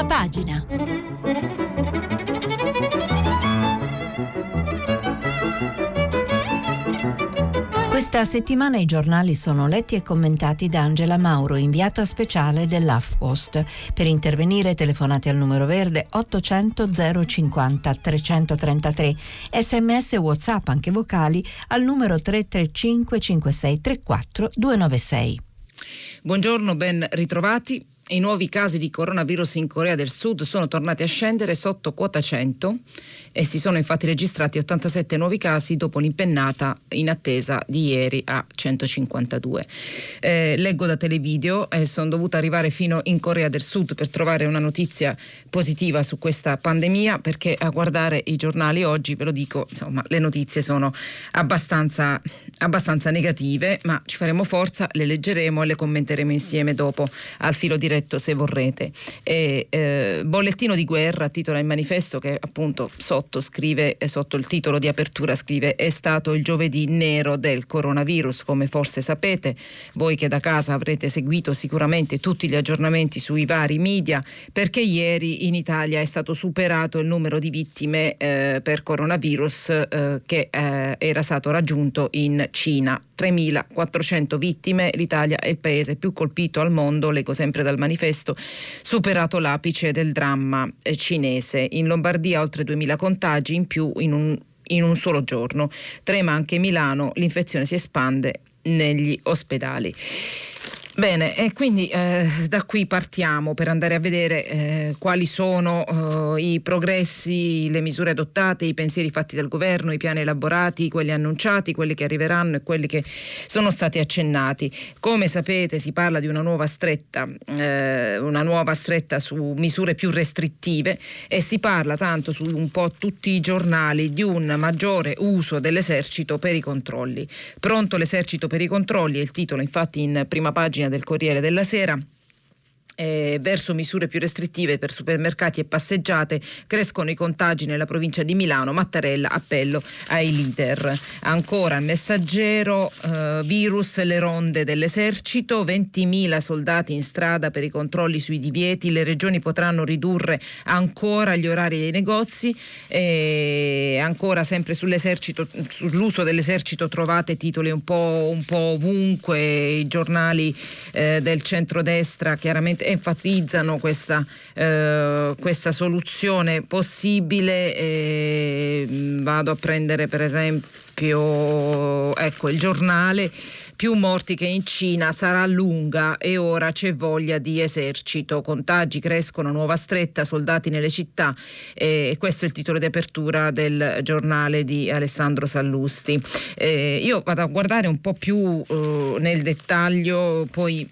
Prima pagina. Questa settimana i giornali sono letti e commentati da Angela Mauro, inviata speciale dell'HuffPost. Per intervenire telefonate al numero verde 800 050 333, sms e WhatsApp anche vocali al numero 335 56 34 296. Buongiorno, ben ritrovati. I nuovi casi di coronavirus in Corea del Sud sono tornati a scendere sotto quota 100 e si sono infatti registrati 87 nuovi casi dopo l'impennata in attesa di ieri a 152. Leggo da televideo e sono dovuta arrivare fino in Corea del Sud per trovare una notizia positiva su questa pandemia, perché a guardare i giornali oggi, ve lo dico, insomma, le notizie sono abbastanza negative, ma ci faremo forza, le leggeremo e le commenteremo insieme dopo al filo diretto se vorrete. Bollettino di guerra, titola il manifesto, che appunto sotto il titolo di apertura scrive: è stato il giovedì nero del coronavirus. Come forse sapete, voi che da casa avrete seguito sicuramente tutti gli aggiornamenti sui vari media, perché ieri in Italia è stato superato il numero di vittime per coronavirus che era stato raggiunto in Cina. 3.400 vittime, l'Italia è il paese più colpito al mondo, leggo sempre dal manifesto, superato l'apice del dramma cinese. In Lombardia oltre 2.000 contagi in più in un solo giorno. Trema anche Milano, l'infezione si espande negli ospedali. Bene, e quindi da qui partiamo per andare a vedere quali sono i progressi, le misure adottate, i pensieri fatti dal governo, i piani elaborati, quelli annunciati, quelli che arriveranno e quelli che sono stati accennati. Come sapete si parla di una nuova stretta su misure più restrittive, e si parla tanto su un po' tutti i giornali di un maggiore uso dell'esercito per i controlli. Pronto l'esercito per i controlli è il titolo infatti in prima pagina del Corriere della Sera. Verso misure più restrittive per supermercati e passeggiate, crescono i contagi nella provincia di Milano, Mattarella appello ai leader. Ancora il Messaggero, virus le ronde dell'esercito, 20.000 soldati in strada per i controlli sui divieti, le regioni potranno ridurre ancora gli orari dei negozi. Ancora sempre sull'esercito, sull'uso dell'esercito trovate titoli un po' ovunque, i giornali del centrodestra chiaramente enfatizzano questa soluzione possibile. Vado a prendere per esempio il Giornale: più morti che in Cina, sarà lunga e ora c'è voglia di esercito, contagi crescono, nuova stretta, soldati nelle città. Questo è il titolo di apertura del Giornale di Alessandro Sallusti. Io vado a guardare un po' più nel dettaglio, poi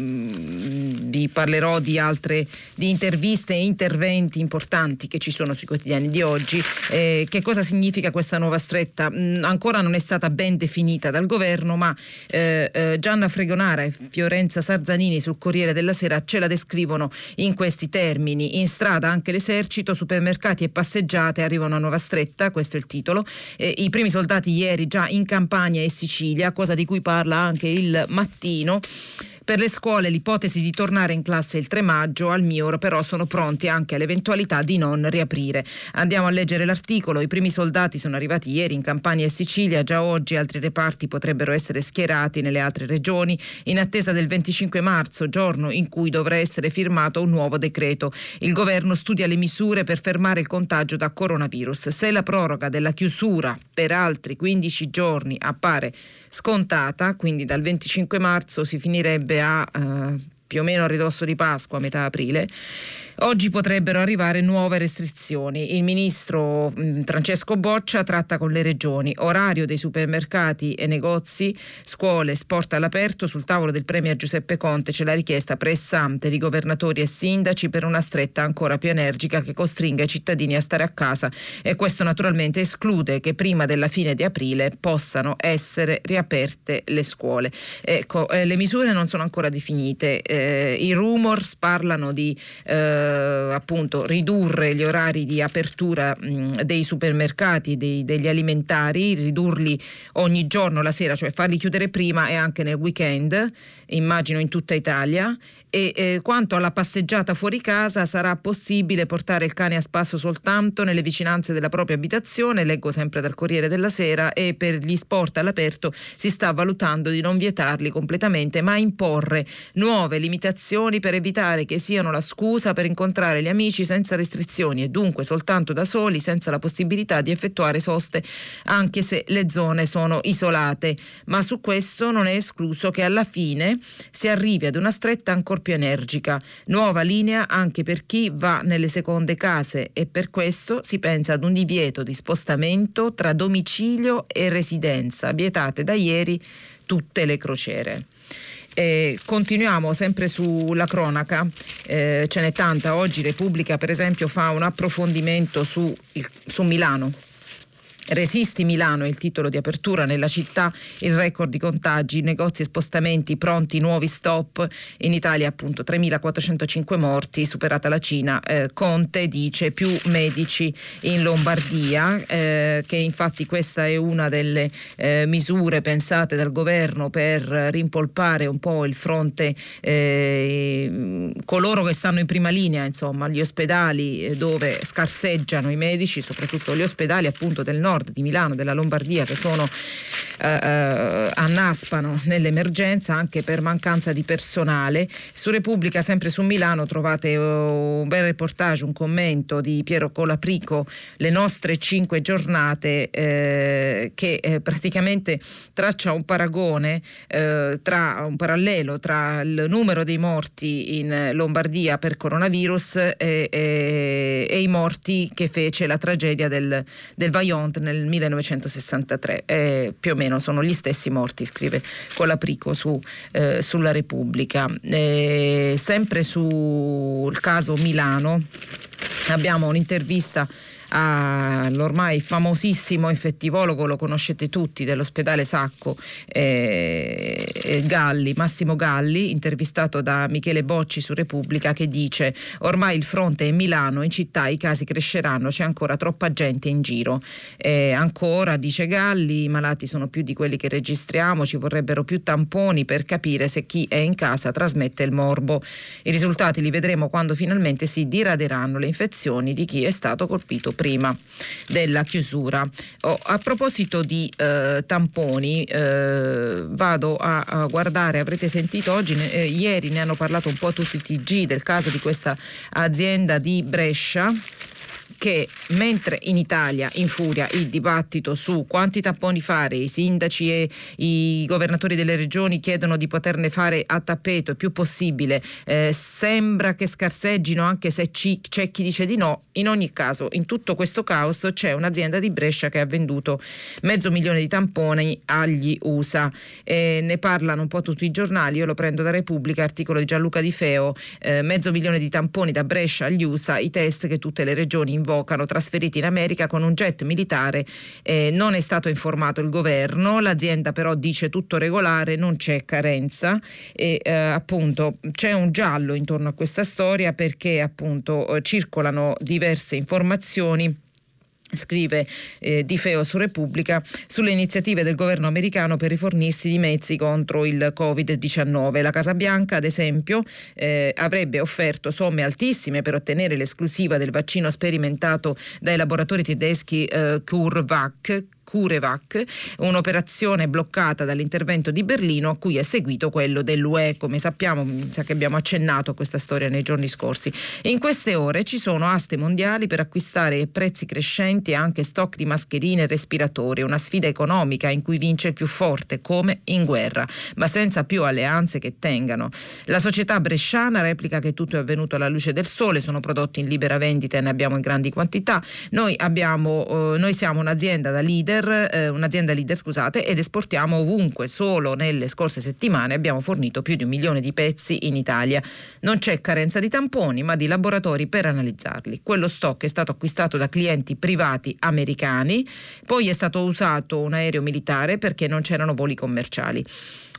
vi parlerò di interviste e interventi importanti che ci sono sui quotidiani di oggi. Che cosa significa questa nuova stretta? Ancora non è stata ben definita dal governo, ma Gianna Fregonara e Fiorenza Sarzanini sul Corriere della Sera ce la descrivono in questi termini: in strada anche l'esercito, supermercati e passeggiate, arrivano a nuova stretta, questo è il titolo. I primi soldati ieri già in Campania e Sicilia, cosa di cui parla anche il Mattino. Per le scuole l'ipotesi di tornare in classe il 3 maggio, al MIUR però sono pronti anche all'eventualità di non riaprire. Andiamo a leggere l'articolo. I primi soldati sono arrivati ieri in Campania e Sicilia, già oggi altri reparti potrebbero essere schierati nelle altre regioni in attesa del 25 marzo, giorno in cui dovrà essere firmato un nuovo decreto. Il governo studia le misure per fermare il contagio da coronavirus. Se la proroga della chiusura per altri 15 giorni appare scontata, quindi dal 25 marzo si finirebbe a più o meno a ridosso di Pasqua, a metà aprile, oggi potrebbero arrivare nuove restrizioni. Il ministro Francesco Boccia tratta con le regioni. Orario dei supermercati e negozi, scuole, sport all'aperto. Sul tavolo del premier Giuseppe Conte c'è la richiesta pressante di governatori e sindaci per una stretta ancora più energica che costringa i cittadini a stare a casa, e questo naturalmente esclude che prima della fine di aprile possano essere riaperte le scuole. Ecco, le misure non sono ancora definite. I rumors parlano di appunto ridurre gli orari di apertura dei supermercati, degli alimentari, ridurli ogni giorno la sera, cioè farli chiudere prima e anche nel weekend, immagino in tutta Italia. E quanto alla passeggiata fuori casa, sarà possibile portare il cane a spasso soltanto nelle vicinanze della propria abitazione, leggo sempre dal Corriere della Sera, e per gli sport all'aperto si sta valutando di non vietarli completamente, ma imporre nuove limitazioni per evitare che siano la scusa per incontrare gli amici senza restrizioni e dunque soltanto da soli, senza la possibilità di effettuare soste anche se le zone sono isolate. Ma su questo non è escluso che alla fine si arrivi ad una stretta ancora più energica, nuova linea anche per chi va nelle seconde case, e per questo si pensa ad un divieto di spostamento tra domicilio e residenza, vietate da ieri tutte le crociere. Continuiamo sempre sulla cronaca, ce n'è tanta. Oggi Repubblica per esempio fa un approfondimento su Milano. Resisti Milano è il titolo di apertura. Nella città il record di contagi, negozi e spostamenti pronti, nuovi stop. In Italia appunto 3.405 morti, superata la Cina. Conte dice più medici in Lombardia, che infatti questa è una delle misure pensate dal governo per rimpolpare un po' il fronte, coloro che stanno in prima linea, insomma gli ospedali dove scarseggiano i medici, soprattutto gli ospedali appunto del nord di Milano, della Lombardia, che sono annaspano nell'emergenza anche per mancanza di personale. Su Repubblica, sempre su Milano, trovate un bel reportage, un commento di Piero Colaprico, le nostre 5 giornate, che praticamente traccia un paragone, tra un parallelo tra il numero dei morti in Lombardia per coronavirus e i morti che fece la tragedia del Vajont nel 1963. Più o meno sono gli stessi morti, scrive Colaprico sulla Repubblica. Sempre sul caso Milano abbiamo un'intervista all'ormai famosissimo infettivologo, lo conoscete tutti, dell'ospedale Sacco, Galli, Massimo Galli, intervistato da Michele Bocci su Repubblica, che dice: ormai il fronte è Milano, in città i casi cresceranno, c'è ancora troppa gente in giro. Ancora, dice Galli, i malati sono più di quelli che registriamo, ci vorrebbero più tamponi per capire se chi è in casa trasmette il morbo. I risultati li vedremo quando finalmente si diraderanno le infezioni di chi è stato colpito prima della chiusura. A proposito di tamponi, vado a guardare, avrete sentito oggi, ieri ne hanno parlato un po' tutti i TG del caso di questa azienda di Brescia, che mentre in Italia infuria il dibattito su quanti tamponi fare, i sindaci e i governatori delle regioni chiedono di poterne fare a tappeto il più possibile, sembra che scarseggino anche se c'è chi dice di no. In ogni caso, in tutto questo caos c'è un'azienda di Brescia che ha venduto 500.000 di tamponi agli USA, ne parlano un po' tutti i giornali. Io lo prendo da Repubblica, articolo di Gianluca Di Feo, 500.000 di tamponi da Brescia agli USA, i test che tutte le regioni invocano, trasferiti in America con un jet militare. Non è stato informato il governo, l'azienda però dice tutto regolare, non c'è carenza, e appunto c'è un giallo intorno a questa storia, perché appunto circolano diverse informazioni. Scrive Di Feo su Repubblica sulle iniziative del governo americano per rifornirsi di mezzi contro il Covid-19. La Casa Bianca, ad esempio, avrebbe offerto somme altissime per ottenere l'esclusiva del vaccino sperimentato dai laboratori tedeschi CureVac, un'operazione bloccata dall'intervento di Berlino, a cui è seguito quello dell'UE. Come sappiamo, mi sa che abbiamo accennato a questa storia nei giorni scorsi. In queste ore ci sono aste mondiali per acquistare a prezzi crescenti anche stock di mascherine e respiratori, una sfida economica in cui vince il più forte, come in guerra, ma senza più alleanze che tengano. La società bresciana replica che tutto è avvenuto alla luce del sole, sono prodotti in libera vendita e ne abbiamo in grandi quantità. Noi siamo un'azienda leader, ed esportiamo ovunque. Solo nelle scorse settimane abbiamo fornito più di 1 milione di pezzi in Italia. Non c'è carenza di tamponi, ma di laboratori per analizzarli. Quello stock è stato acquistato da clienti privati americani, poi è stato usato un aereo militare perché non c'erano voli commerciali.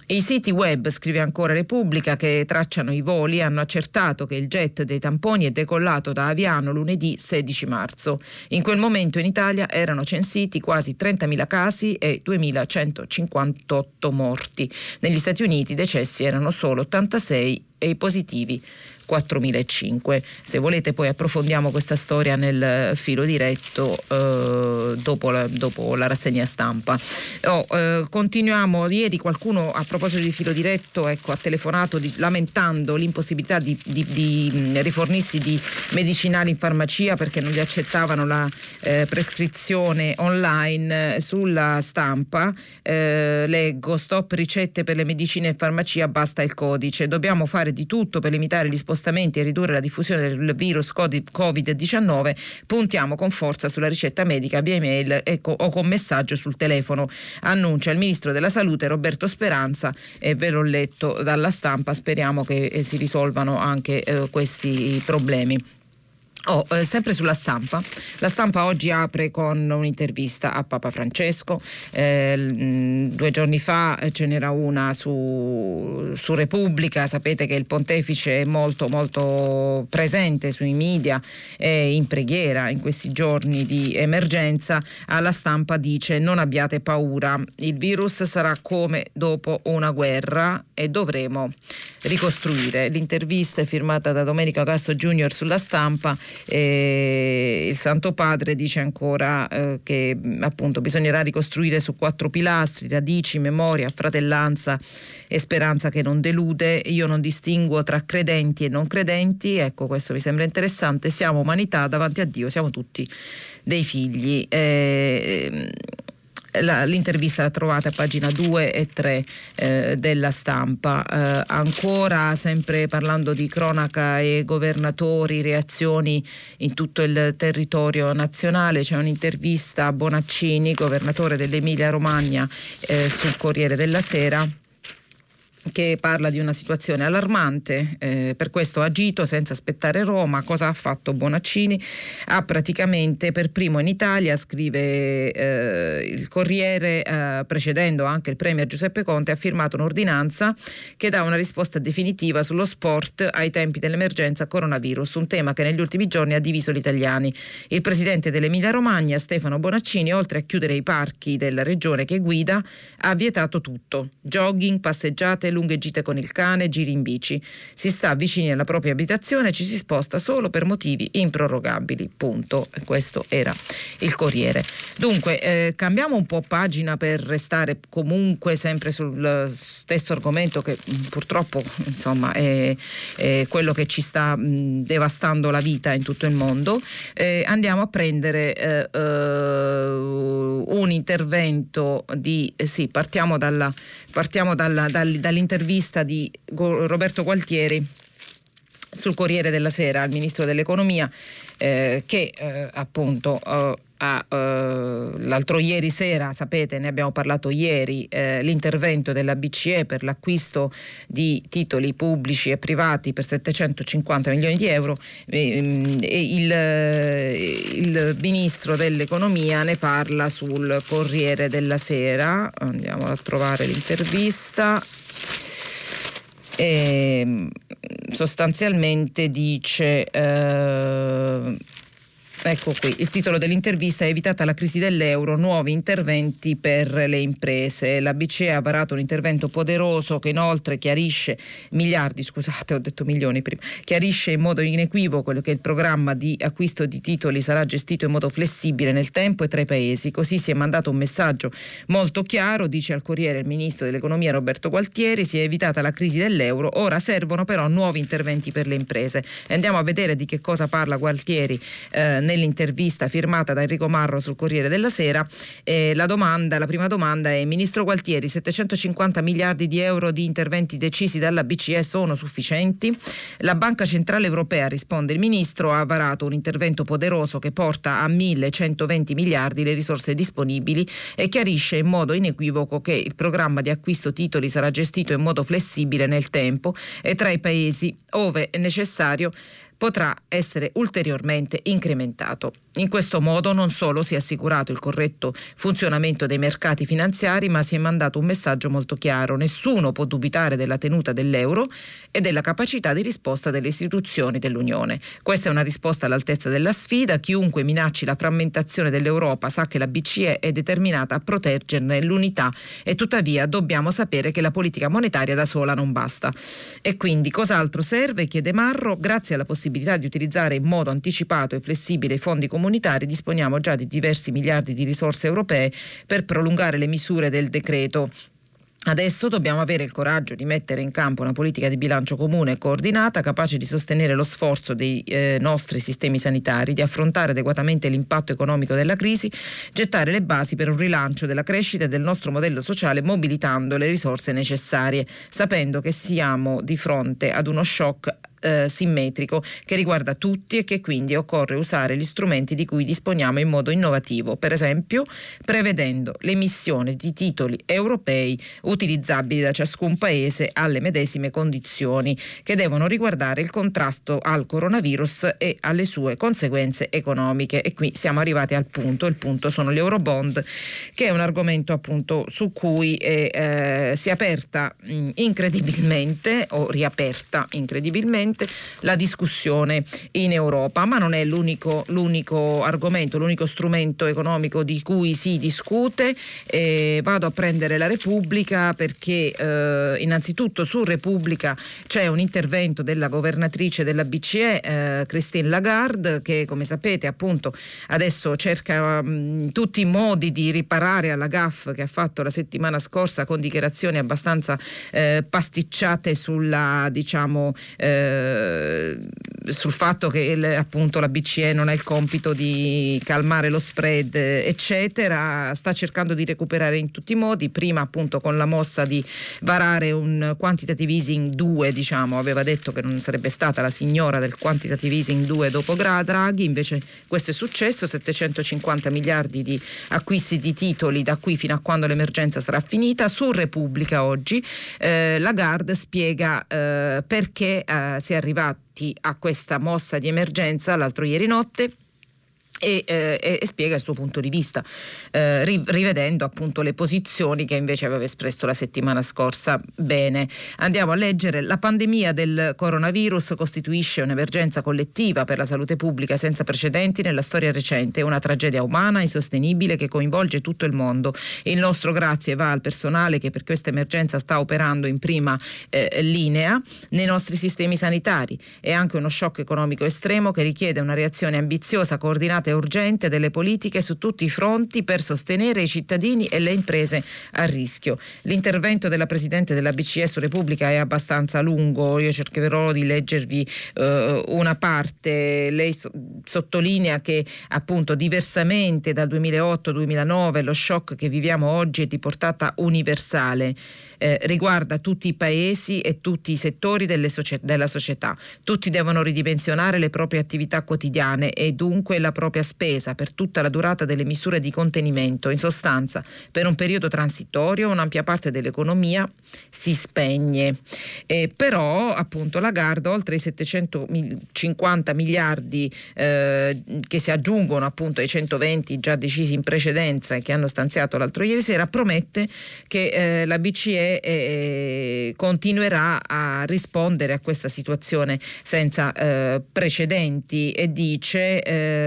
I siti web, scrive ancora Repubblica, che tracciano i voli hanno accertato che il jet dei tamponi è decollato da Aviano lunedì 16 marzo. In quel momento in Italia erano censiti quasi 30.000 casi e 2.158 morti. Negli Stati Uniti i decessi erano solo 86 e i positivi 4.005. Se volete poi approfondiamo questa storia nel filo diretto dopo la rassegna stampa. Continuiamo. Ieri qualcuno a proposito di filo diretto ha telefonato lamentando l'impossibilità di rifornirsi di medicinali in farmacia perché non gli accettavano la prescrizione online. Sulla stampa leggo: stop ricette per le medicine in farmacia, basta il codice, dobbiamo fare di tutto per limitare gli spostamenti e ridurre la diffusione del virus Covid-19, puntiamo con forza sulla ricetta medica via email o con messaggio sul telefono, annuncia il ministro della salute Roberto Speranza, e ve l'ho letto dalla stampa. Speriamo che si risolvano anche questi problemi. Sempre sulla stampa, la stampa oggi apre con un'intervista a Papa Francesco. 2 giorni fa ce n'era una su Repubblica. Sapete che il pontefice è molto molto presente sui media, è in preghiera in questi giorni di emergenza. Alla stampa dice: non abbiate paura, il virus sarà come dopo una guerra e dovremo ricostruire. L'intervista è firmata da Domenico Casso Junior sulla stampa. Il Santo Padre dice ancora che appunto bisognerà ricostruire su 4 pilastri: radici, memoria, fratellanza e speranza che non delude. Io non distinguo tra credenti e non credenti. Ecco, questo mi sembra interessante. Siamo umanità, davanti a Dio siamo tutti dei figli. L'intervista la trovate a pagina 2 e 3 della stampa. Ancora sempre parlando di cronaca e governatori, reazioni in tutto il territorio nazionale, c'è un'intervista a Bonaccini, governatore dell'Emilia Romagna, sul Corriere della Sera, che parla di una situazione allarmante. Per questo ha agito senza aspettare Roma. Cosa ha fatto Bonaccini? Ha praticamente per primo in Italia, scrive il Corriere, precedendo anche il premier Giuseppe Conte, ha firmato un'ordinanza che dà una risposta definitiva sullo sport ai tempi dell'emergenza coronavirus, un tema che negli ultimi giorni ha diviso gli italiani. Il presidente dell'Emilia Romagna, Stefano Bonaccini, oltre a chiudere i parchi della regione che guida, ha vietato tutto: jogging, passeggiate, lunghe gite con il cane, giri in bici. Si sta vicini alla propria abitazione, ci si sposta solo per motivi improrogabili. Punto. Questo era il Corriere. Dunque, cambiamo un po' pagina per restare comunque sempre sul stesso argomento che purtroppo insomma è quello che ci sta devastando la vita in tutto il mondo. Andiamo a prendere un intervento di partiamo dall'intervista di Roberto Gualtieri sul Corriere della Sera al Ministro dell'Economia, che appunto l'altro ieri sera, sapete, ne abbiamo parlato ieri, l'intervento della BCE per l'acquisto di titoli pubblici e privati per 750 milioni di euro. Il Ministro dell'Economia ne parla sul Corriere della Sera. Andiamo a trovare l'intervista. Sostanzialmente dice ecco qui il titolo dell'intervista: è evitata la crisi dell'euro, nuovi interventi per le imprese. La BCE ha varato un intervento poderoso che inoltre chiarisce chiarisce in modo inequivoco che il programma di acquisto di titoli sarà gestito in modo flessibile nel tempo e tra i paesi. Così si è mandato un messaggio molto chiaro, dice al Corriere il Ministro dell'Economia Roberto Gualtieri: si è evitata la crisi dell'euro, ora servono però nuovi interventi per le imprese. E andiamo a vedere di che cosa parla Gualtieri nell'intervista firmata da Enrico Marro sul Corriere della Sera. La prima domanda è: Ministro Gualtieri, 750 miliardi di euro di interventi decisi dalla BCE sono sufficienti? La Banca Centrale Europea, risponde il Ministro, ha varato un intervento poderoso che porta a 1.120 miliardi le risorse disponibili e chiarisce in modo inequivoco che il programma di acquisto titoli sarà gestito in modo flessibile nel tempo e tra i paesi ove è necessario potrà essere ulteriormente incrementato. In questo modo non solo si è assicurato il corretto funzionamento dei mercati finanziari, ma si è mandato un messaggio molto chiaro: nessuno può dubitare della tenuta dell'euro e della capacità di risposta delle istituzioni dell'Unione. Questa è una risposta all'altezza della sfida. Chiunque minacci la frammentazione dell'Europa sa che la BCE è determinata a proteggerne l'unità, e tuttavia dobbiamo sapere che la politica monetaria da sola non basta. E quindi cos'altro serve? Chiede Marro. Grazie alla possibilità di utilizzare in modo anticipato e flessibile i fondi comunitari, disponiamo già di diversi miliardi di risorse europee per prolungare le misure del decreto. Adesso dobbiamo avere il coraggio di mettere in campo una politica di bilancio comune e coordinata, capace di sostenere lo sforzo dei nostri sistemi sanitari, di affrontare adeguatamente l'impatto economico della crisi, gettare le basi per un rilancio della crescita e del nostro modello sociale, mobilitando le risorse necessarie, sapendo che siamo di fronte ad uno shock simmetrico che riguarda tutti e che quindi occorre usare gli strumenti di cui disponiamo in modo innovativo, per esempio prevedendo l'emissione di titoli europei utilizzabili da ciascun paese alle medesime condizioni, che devono riguardare il contrasto al coronavirus e alle sue conseguenze economiche. E qui siamo arrivati al punto. Il punto sono gli Eurobond, che è un argomento appunto su cui si è aperta incredibilmente, o riaperta incredibilmente, la discussione in Europa, ma non è l'unico argomento, l'unico strumento economico di cui si discute. Vado a prendere la Repubblica perché innanzitutto su Repubblica c'è un intervento della governatrice della BCE, Christine Lagarde, che come sapete appunto adesso cerca tutti i modi di riparare alla gaffe che ha fatto la settimana scorsa con dichiarazioni abbastanza pasticciate sulla sul fatto che appunto la BCE non ha il compito di calmare lo spread eccetera. Sta cercando di recuperare in tutti i modi, prima appunto con la mossa di varare un quantitative easing 2, aveva detto che non sarebbe stata la signora del quantitative easing 2 dopo Draghi, invece questo è successo. 750 miliardi di acquisti di titoli da qui fino a quando l'emergenza sarà finita. Su Repubblica oggi Lagarde spiega perché si è arrivati a questa mossa di emergenza l'altro ieri notte e spiega il suo punto di vista, rivedendo appunto le posizioni che invece aveva espresso la settimana scorsa. Bene, andiamo a leggere. La pandemia del coronavirus costituisce un'emergenza collettiva per la salute pubblica senza precedenti nella storia recente, una tragedia umana insostenibile che coinvolge tutto il mondo. Il nostro grazie va al personale che per questa emergenza sta operando in prima linea nei nostri sistemi sanitari. È anche uno shock economico estremo che richiede una reazione ambiziosa, coordinata e urgente delle politiche su tutti i fronti per sostenere i cittadini e le imprese a rischio. L'intervento della Presidente della BCE su Repubblica è abbastanza lungo, io cercherò di leggervi una parte. Lei sottolinea che appunto diversamente dal 2008-2009 lo shock che viviamo oggi è di portata universale. Riguarda tutti i paesi e tutti i settori della società. Tutti devono ridimensionare le proprie attività quotidiane e dunque la propria spesa per tutta la durata delle misure di contenimento. In sostanza, per un periodo transitorio un'ampia parte dell'economia si spegne. Però appunto Lagarde, oltre i 750 miliardi che si aggiungono appunto ai 120 già decisi in precedenza e che hanno stanziato l'altro ieri sera, promette che la BCE continuerà a rispondere a questa situazione senza precedenti e dice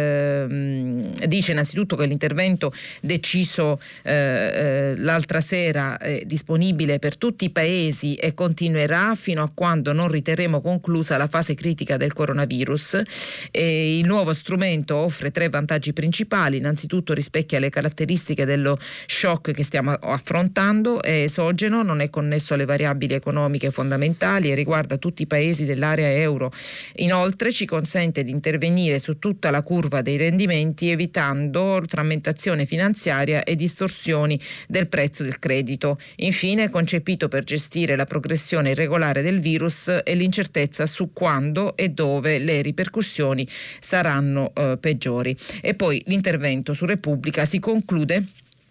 innanzitutto che l'intervento deciso l'altra sera è disponibile per tutti i paesi e continuerà fino a quando non riterremo conclusa la fase critica del coronavirus. E il nuovo strumento offre 3 vantaggi principali. Innanzitutto rispecchia le caratteristiche dello shock che stiamo affrontando, è esogeno, non è connesso alle variabili economiche fondamentali e riguarda tutti i paesi dell'area euro. Inoltre ci consente di intervenire su tutta la curva dei rendimenti, evitando frammentazione finanziaria e distorsioni del prezzo del credito. Infine è concepito per gestire la progressione irregolare del virus e l'incertezza su quando e dove le ripercussioni saranno peggiori. E poi l'intervento su Repubblica si conclude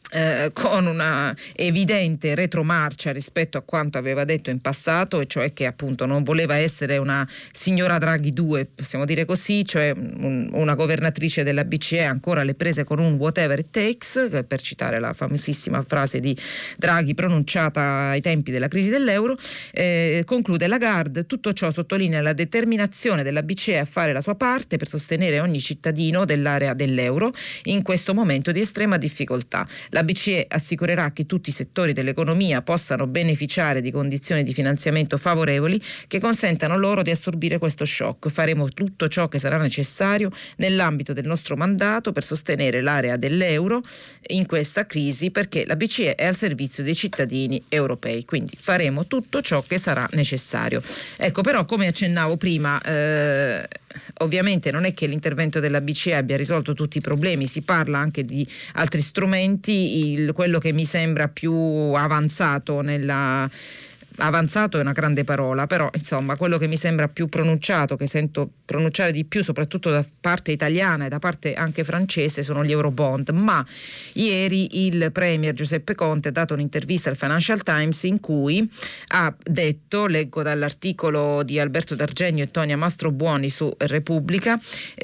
con una evidente retromarcia rispetto a quanto aveva detto in passato, e cioè che appunto non voleva essere una signora Draghi 2, possiamo dire così, cioè una governatrice della BCE ancora alle prese con un whatever it takes, per citare la famosissima frase di Draghi pronunciata ai tempi della crisi dell'euro. Conclude Lagarde: tutto ciò sottolinea la determinazione della BCE a fare la sua parte per sostenere ogni cittadino dell'area dell'euro in questo momento di estrema difficoltà. La BCE assicurerà che tutti i settori dell'economia possano beneficiare di condizioni di finanziamento favorevoli che consentano loro di assorbire questo shock. Faremo tutto ciò che sarà necessario nell'ambito del nostro mandato per sostenere l'area dell'euro in questa crisi, perché la BCE è al servizio dei cittadini europei. Quindi faremo tutto ciò che sarà necessario. Ecco, però, come accennavo prima, ovviamente non è che l'intervento della BCE abbia risolto tutti i problemi, si parla anche di altri strumenti. Quello che mi sembra più avanzato avanzato è una grande parola, però insomma quello che mi sembra più pronunciato, che sento pronunciare di più soprattutto da parte italiana e da parte anche francese, sono gli Eurobond. Ma ieri il premier Giuseppe Conte ha dato un'intervista al Financial Times in cui ha detto, leggo dall'articolo di Alberto D'Argenio e Tonia Mastrobuoni su Repubblica,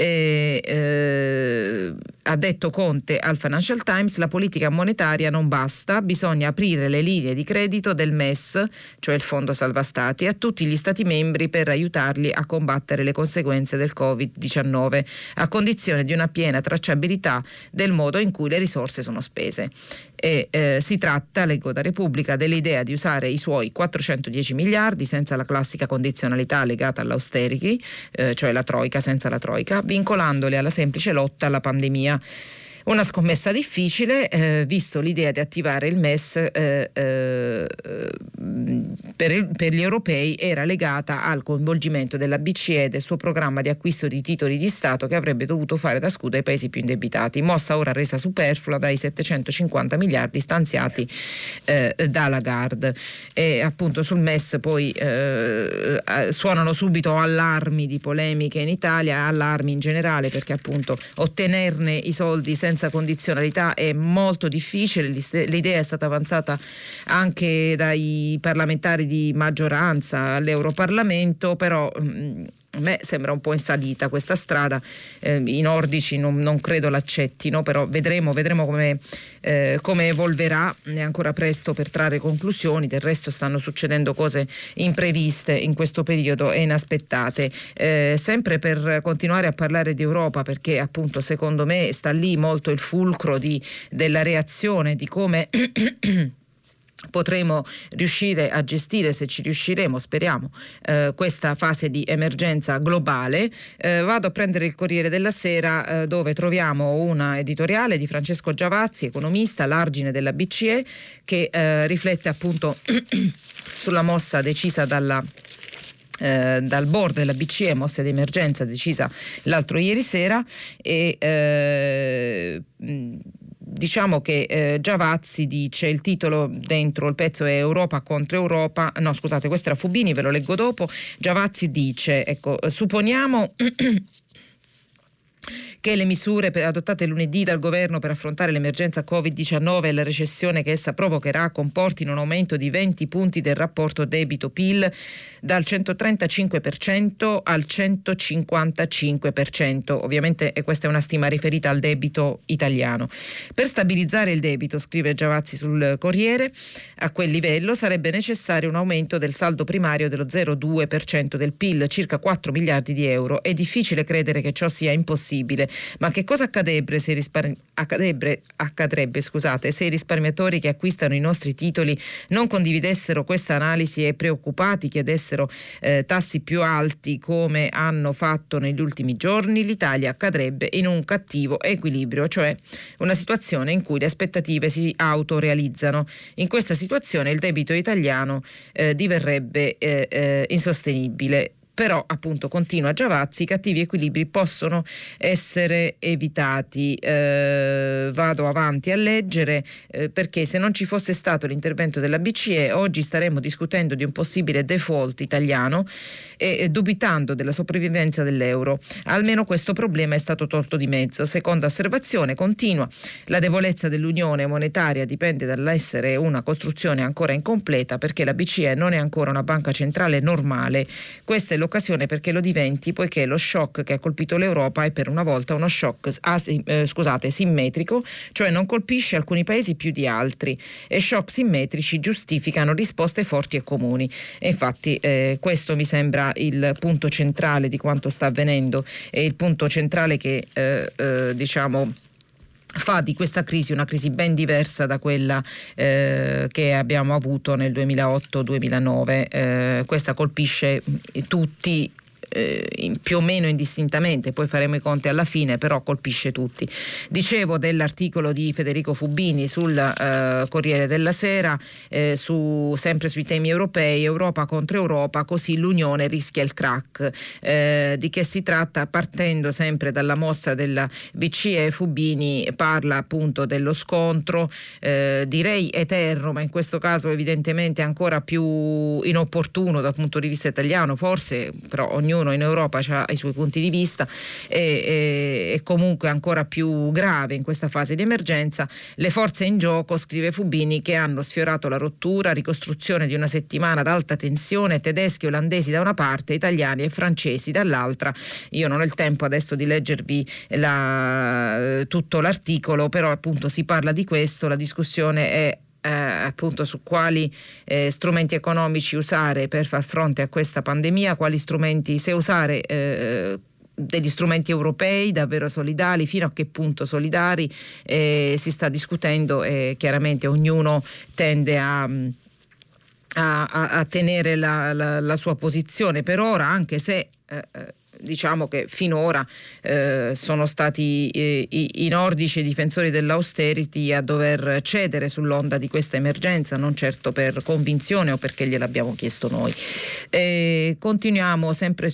ha detto Conte al Financial Times: la politica monetaria non basta, bisogna aprire le linee di credito del MES, cioè il Fondo Salva Stati, a tutti gli Stati membri per aiutarli a combattere le conseguenze del Covid-19, a condizione di una piena tracciabilità del modo in cui le risorse sono spese. Si tratta, leggo da Repubblica, dell'idea di usare i suoi 410 miliardi senza la classica condizionalità legata all'austerity, cioè la troika senza la troika, vincolandoli alla semplice lotta alla pandemia. Una scommessa difficile, visto l'idea di attivare il MES per gli europei era legata al coinvolgimento della BCE del suo programma di acquisto di titoli di Stato che avrebbe dovuto fare da scudo ai paesi più indebitati, mossa ora resa superflua dai 750 miliardi stanziati da Lagarde. E appunto sul MES poi suonano subito allarmi di polemiche in Italia, allarmi in generale, perché appunto ottenerne i soldi senza condizionalità è molto difficile. L'idea è stata avanzata anche dai parlamentari di maggioranza all'Europarlamento, però a me sembra un po' in salita questa strada. I nordici non credo l'accettino, però vedremo come evolverà. È ancora presto per trarre conclusioni, del resto stanno succedendo cose impreviste in questo periodo e inaspettate. Sempre per continuare a parlare di Europa, perché appunto secondo me sta lì molto il fulcro della reazione, di come potremo riuscire a gestire, se ci riusciremo, speriamo, questa fase di emergenza globale. Vado a prendere il Corriere della Sera, dove troviamo una editoriale di Francesco Giavazzi, economista, all'argine della BCE, che riflette appunto sulla mossa decisa dal board della BCE, mossa di emergenza decisa l'altro ieri sera, e diciamo che Giavazzi dice, il titolo dentro il pezzo è Europa contro Europa, no scusate, questo era Fubini, ve lo leggo dopo. Giavazzi dice, ecco, supponiamo che le misure adottate lunedì dal governo per affrontare l'emergenza Covid-19 e la recessione che essa provocherà comportino un aumento di 20 punti del rapporto debito-PIL dal 135% al 155%. Ovviamente questa è una stima riferita al debito italiano. Per stabilizzare il debito, scrive Giavazzi sul Corriere, a quel livello sarebbe necessario un aumento del saldo primario dello 0,2% del PIL, circa 4 miliardi di euro. È difficile credere che ciò sia impossibile. Ma che cosa accadrebbe se i risparmiatori che acquistano i nostri titoli non condividessero questa analisi e preoccupati chiedessero tassi più alti come hanno fatto negli ultimi giorni? L'Italia cadrebbe in un cattivo equilibrio, cioè una situazione in cui le aspettative si autorealizzano. In questa situazione il debito italiano diverrebbe insostenibile. Però appunto continua Giavazzi, i cattivi equilibri possono essere evitati. Vado avanti a leggere perché se non ci fosse stato l'intervento della BCE oggi staremmo discutendo di un possibile default italiano e dubitando della sopravvivenza dell'euro. Almeno questo problema è stato tolto di mezzo. Seconda osservazione, continua, la debolezza dell'unione monetaria dipende dall'essere una costruzione ancora incompleta perché la BCE non è ancora una banca centrale normale. Questa è l'occasione perché lo diventi, poiché lo shock che ha colpito l'Europa è per una volta uno shock simmetrico, cioè non colpisce alcuni paesi più di altri, e shock simmetrici giustificano risposte forti e comuni. E infatti questo mi sembra il punto centrale di quanto sta avvenendo, e il punto centrale che fa di questa crisi una crisi ben diversa da quella che abbiamo avuto nel 2008-2009. Questa colpisce tutti più o meno indistintamente, poi faremo i conti alla fine, però colpisce tutti. Dicevo dell'articolo di Federico Fubini sul Corriere della Sera sempre sui temi europei, Europa contro Europa, così l'Unione rischia il crack. Di che si tratta? Partendo sempre dalla mossa della BCE, Fubini parla appunto dello scontro, direi eterno, ma in questo caso evidentemente ancora più inopportuno dal punto di vista italiano, forse, però ognuno in Europa ha i suoi punti di vista, e comunque ancora più grave in questa fase di emergenza. Le forze in gioco, scrive Fubini, che hanno sfiorato la rottura, ricostruzione di una settimana ad alta tensione, tedeschi e olandesi da una parte, italiani e francesi dall'altra. Io non ho il tempo adesso di leggervi tutto l'articolo, però appunto si parla di questo, la discussione è appunto su quali strumenti economici usare per far fronte a questa pandemia, quali strumenti, se usare degli strumenti europei davvero solidari, fino a che punto solidari, si sta discutendo, e chiaramente ognuno tende a tenere la sua posizione per ora, anche se diciamo che finora sono stati i nordici e difensori dell'austerity a dover cedere sull'onda di questa emergenza, non certo per convinzione o perché gliel'abbiamo chiesto noi. Continuiamo sempre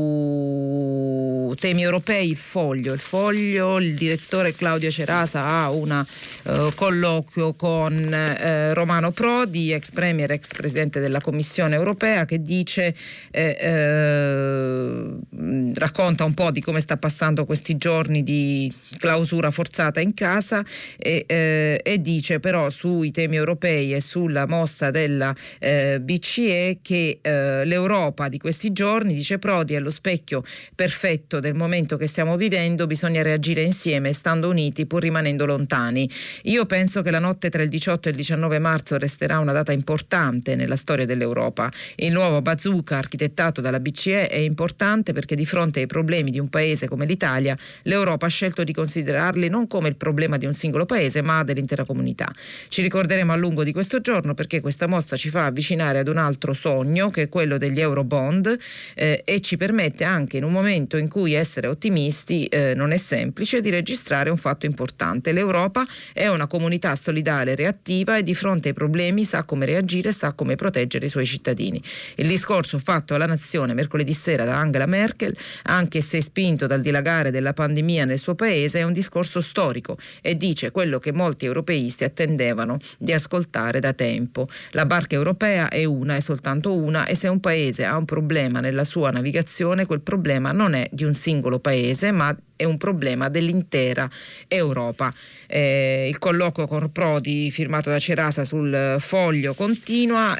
su temi europei. Il Foglio, il direttore Claudio Cerasa ha un colloquio con Romano Prodi, ex premier, ex presidente della Commissione europea, che dice racconta un po' di come sta passando questi giorni di clausura forzata in casa, e dice però sui temi europei e sulla mossa della BCE che l'Europa di questi giorni, dice Prodi, è lo specchio perfetto del momento che stiamo vivendo, bisogna reagire insieme stando uniti pur rimanendo lontani. Io penso che la notte tra il 18 e il 19 marzo resterà una data importante nella storia dell'Europa. Il nuovo bazooka architettato dalla BCE è importante perché di fronte ai problemi di un paese come l'Italia, l'Europa ha scelto di considerarli non come il problema di un singolo paese, ma dell'intera comunità. Ci ricorderemo a lungo di questo giorno perché questa mossa ci fa avvicinare ad un altro sogno, che è quello degli Eurobond, e ci permette anche, in un momento in cui essere ottimisti non è semplice, di registrare un fatto importante. L'Europa è una comunità solidale e reattiva, e di fronte ai problemi sa come reagire, sa come proteggere i suoi cittadini. Il discorso fatto alla nazione mercoledì sera da Angela Merkel, anche se spinto dal dilagare della pandemia nel suo paese, è un discorso storico e dice quello che molti europeisti attendevano di ascoltare da tempo. La barca europea è una, è soltanto una, e se un paese ha un problema nella sua navigazione, quel problema non è di un singolo paese, ma è un problema dell'intera Europa. Il colloquio con Prodi firmato da Cerasa sul Foglio continua,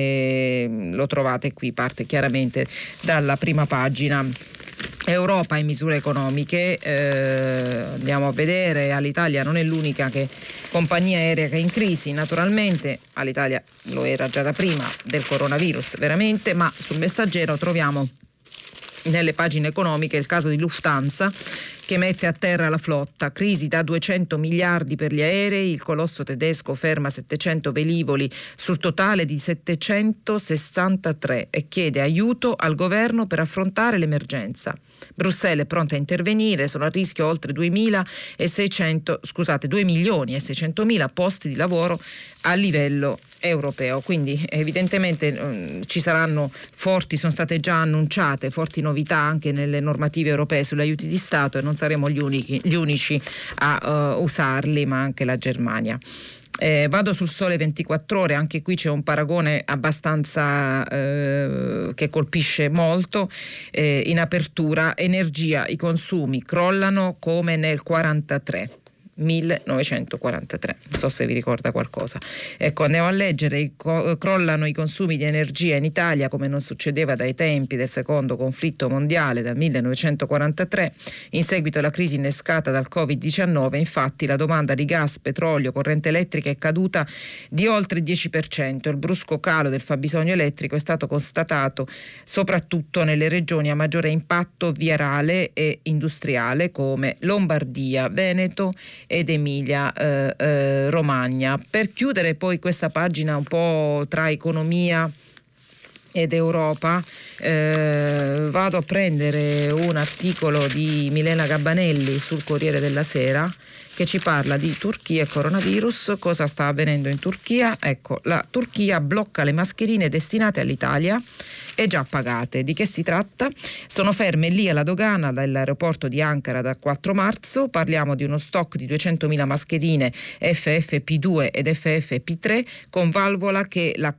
lo trovate qui, parte chiaramente dalla prima pagina. Europa e misure economiche, andiamo a vedere. Alitalia non è l'unica compagnia aerea che è in crisi, naturalmente Alitalia lo era già da prima del coronavirus veramente, ma sul Messaggero troviamo nelle pagine economiche il caso di Lufthansa, che mette a terra la flotta, crisi da 200 miliardi per gli aerei, il colosso tedesco ferma 700 velivoli sul totale di 763 e chiede aiuto al governo per affrontare l'emergenza. Bruxelles è pronta a intervenire, sono a rischio oltre 2 milioni e 600 mila posti di lavoro a livello europeo. Quindi evidentemente ci saranno sono state già annunciate forti novità anche nelle normative europee sugli aiuti di Stato, e non saremo gli unici a usarli, ma anche la Germania. Vado sul Sole 24 Ore, anche qui c'è un paragone abbastanza che colpisce molto. In apertura: energia, i consumi crollano come nel 1943, non so se vi ricorda qualcosa. Ecco, andiamo a leggere. Crollano i consumi di energia in Italia come non succedeva dai tempi del secondo conflitto mondiale, dal 1943. In seguito alla crisi innescata dal Covid-19, infatti, la domanda di gas, petrolio, corrente elettrica è caduta di oltre il 10%. Il brusco calo del fabbisogno elettrico è stato constatato soprattutto nelle regioni a maggiore impatto virale e industriale come Lombardia, Veneto ed Emilia Romagna. Per chiudere poi questa pagina un po' tra economia ed Europa, vado a prendere un articolo di Milena Gabbanelli sul Corriere della Sera che ci parla di Turchia e coronavirus. Cosa sta avvenendo in Turchia? Ecco, la Turchia blocca le mascherine destinate all'Italia e già pagate. Di che si tratta? Sono ferme lì alla dogana dall'aeroporto di Ankara dal 4 marzo. Parliamo di uno stock di 200.000 mascherine FFP2 ed FFP3 con valvola che la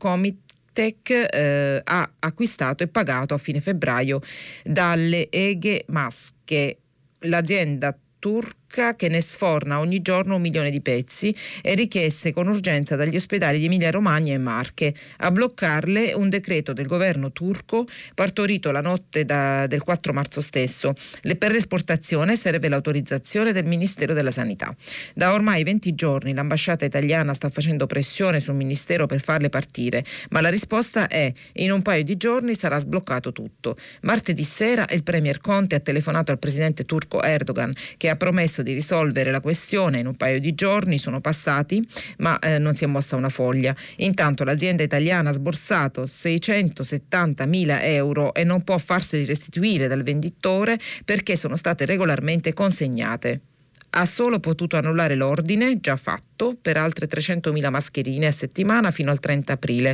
Comitec ha acquistato e pagato a fine febbraio dalle Ege Maske, l'azienda turca che ne sforna ogni giorno 1 milione di pezzi, e richieste con urgenza dagli ospedali di Emilia Romagna e Marche. A bloccarle un decreto del governo turco partorito la notte del 4 marzo stesso. Per l'esportazione serve l'autorizzazione del Ministero della Sanità. Da ormai 20 giorni l'ambasciata italiana sta facendo pressione sul Ministero per farle partire, ma la risposta è: in un paio di giorni sarà sbloccato tutto. Martedì sera il premier Conte ha telefonato al presidente turco Erdogan, che ha promesso di risolvere la questione in un paio di giorni. Sono passati, ma non si è mossa una foglia. Intanto l'azienda italiana ha sborsato 670.000 euro e non può farseli restituire dal venditore perché sono state regolarmente consegnate. Ha solo potuto annullare l'ordine già fatto per altre 300.000 mascherine a settimana fino al 30 aprile.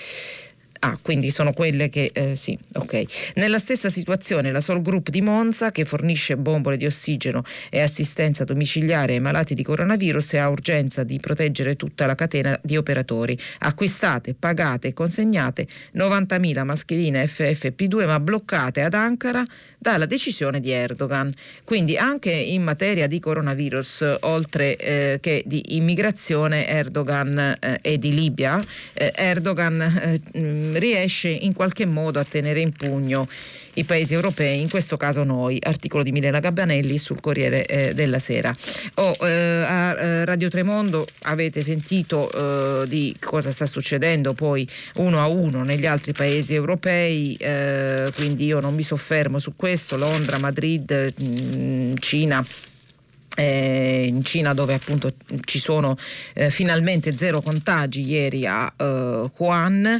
Quindi sono quelle che sì, ok. Nella stessa situazione la Sol Group di Monza, che fornisce bombole di ossigeno e assistenza domiciliare ai malati di coronavirus, e ha urgenza di proteggere tutta la catena di operatori. Acquistate, pagate e consegnate 90.000 mascherine FFP2, ma bloccate ad Ankara dalla decisione di Erdogan. Quindi anche in materia di coronavirus, oltre che di immigrazione Erdogan e di Libia, Erdogan riesce in qualche modo a tenere in pugno i paesi europei, in questo caso noi. Articolo di Milena Gabbanelli sul Corriere della Sera. A Radio Tremondo avete sentito di cosa sta succedendo poi uno a uno negli altri paesi europei, quindi io non mi soffermo su questo. Londra, Madrid, Cina. In Cina, dove appunto ci sono finalmente 0 contagi ieri a Wuhan.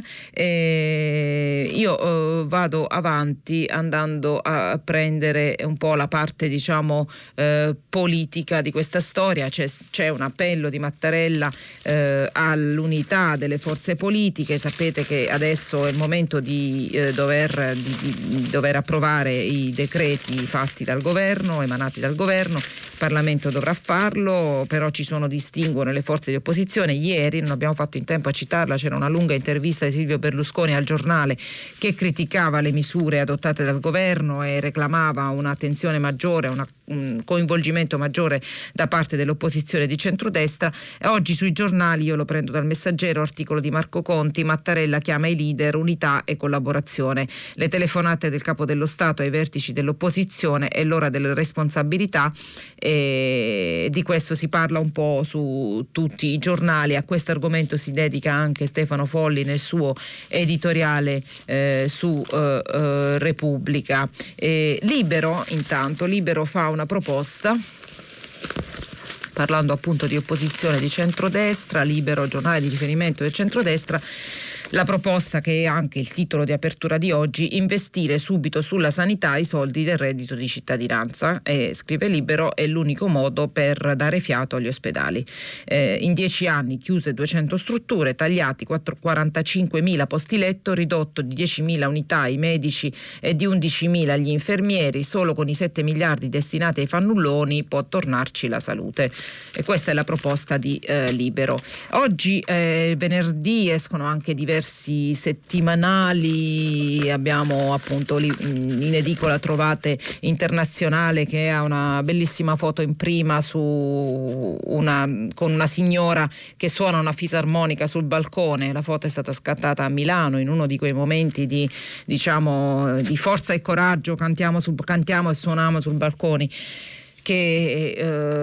Io vado avanti andando a prendere un po' la parte, diciamo, politica di questa storia. C'è un appello di Mattarella all'unità delle forze politiche. Sapete che adesso è il momento di dover approvare i decreti fatti dal governo, emanati dal governo. Il Parlamento dovrà farlo, però ci sono distinguo nelle forze di opposizione. Ieri, non abbiamo fatto in tempo a citarla, c'era una lunga intervista di Silvio Berlusconi al Giornale che criticava le misure adottate dal governo e reclamava un'attenzione maggiore, un coinvolgimento maggiore da parte dell'opposizione di centrodestra. E oggi sui giornali, io lo prendo dal Messaggero, articolo di Marco Conti: Mattarella chiama i leader, unità e collaborazione. Le telefonate del capo dello Stato ai vertici dell'opposizione, è l'ora delle responsabilità. E di questo si parla un po' su tutti i giornali. A questo argomento si dedica anche Stefano Folli nel suo editoriale su Repubblica. Libero fa una proposta, parlando appunto di opposizione di centrodestra. Libero, giornale di riferimento del centrodestra, La proposta, che è anche il titolo di apertura di oggi: investire subito sulla sanità i soldi del reddito di cittadinanza, e scrive Libero è l'unico modo per dare fiato agli ospedali. In 10 anni chiuse 200 strutture, tagliati 45.000 posti letto, ridotto di 10.000 unità i medici e di 11.000 gli infermieri. Solo con i 7 miliardi destinati ai fannulloni può tornarci la salute, e questa è la proposta di Libero. Oggi venerdì escono anche diversi settimanali. Abbiamo appunto in edicola Trovate Internazionale, che ha una bellissima foto in prima con una signora che suona una fisarmonica sul balcone. La foto è stata scattata a Milano in uno di quei momenti di forza e coraggio, cantiamo e suoniamo sul balcone che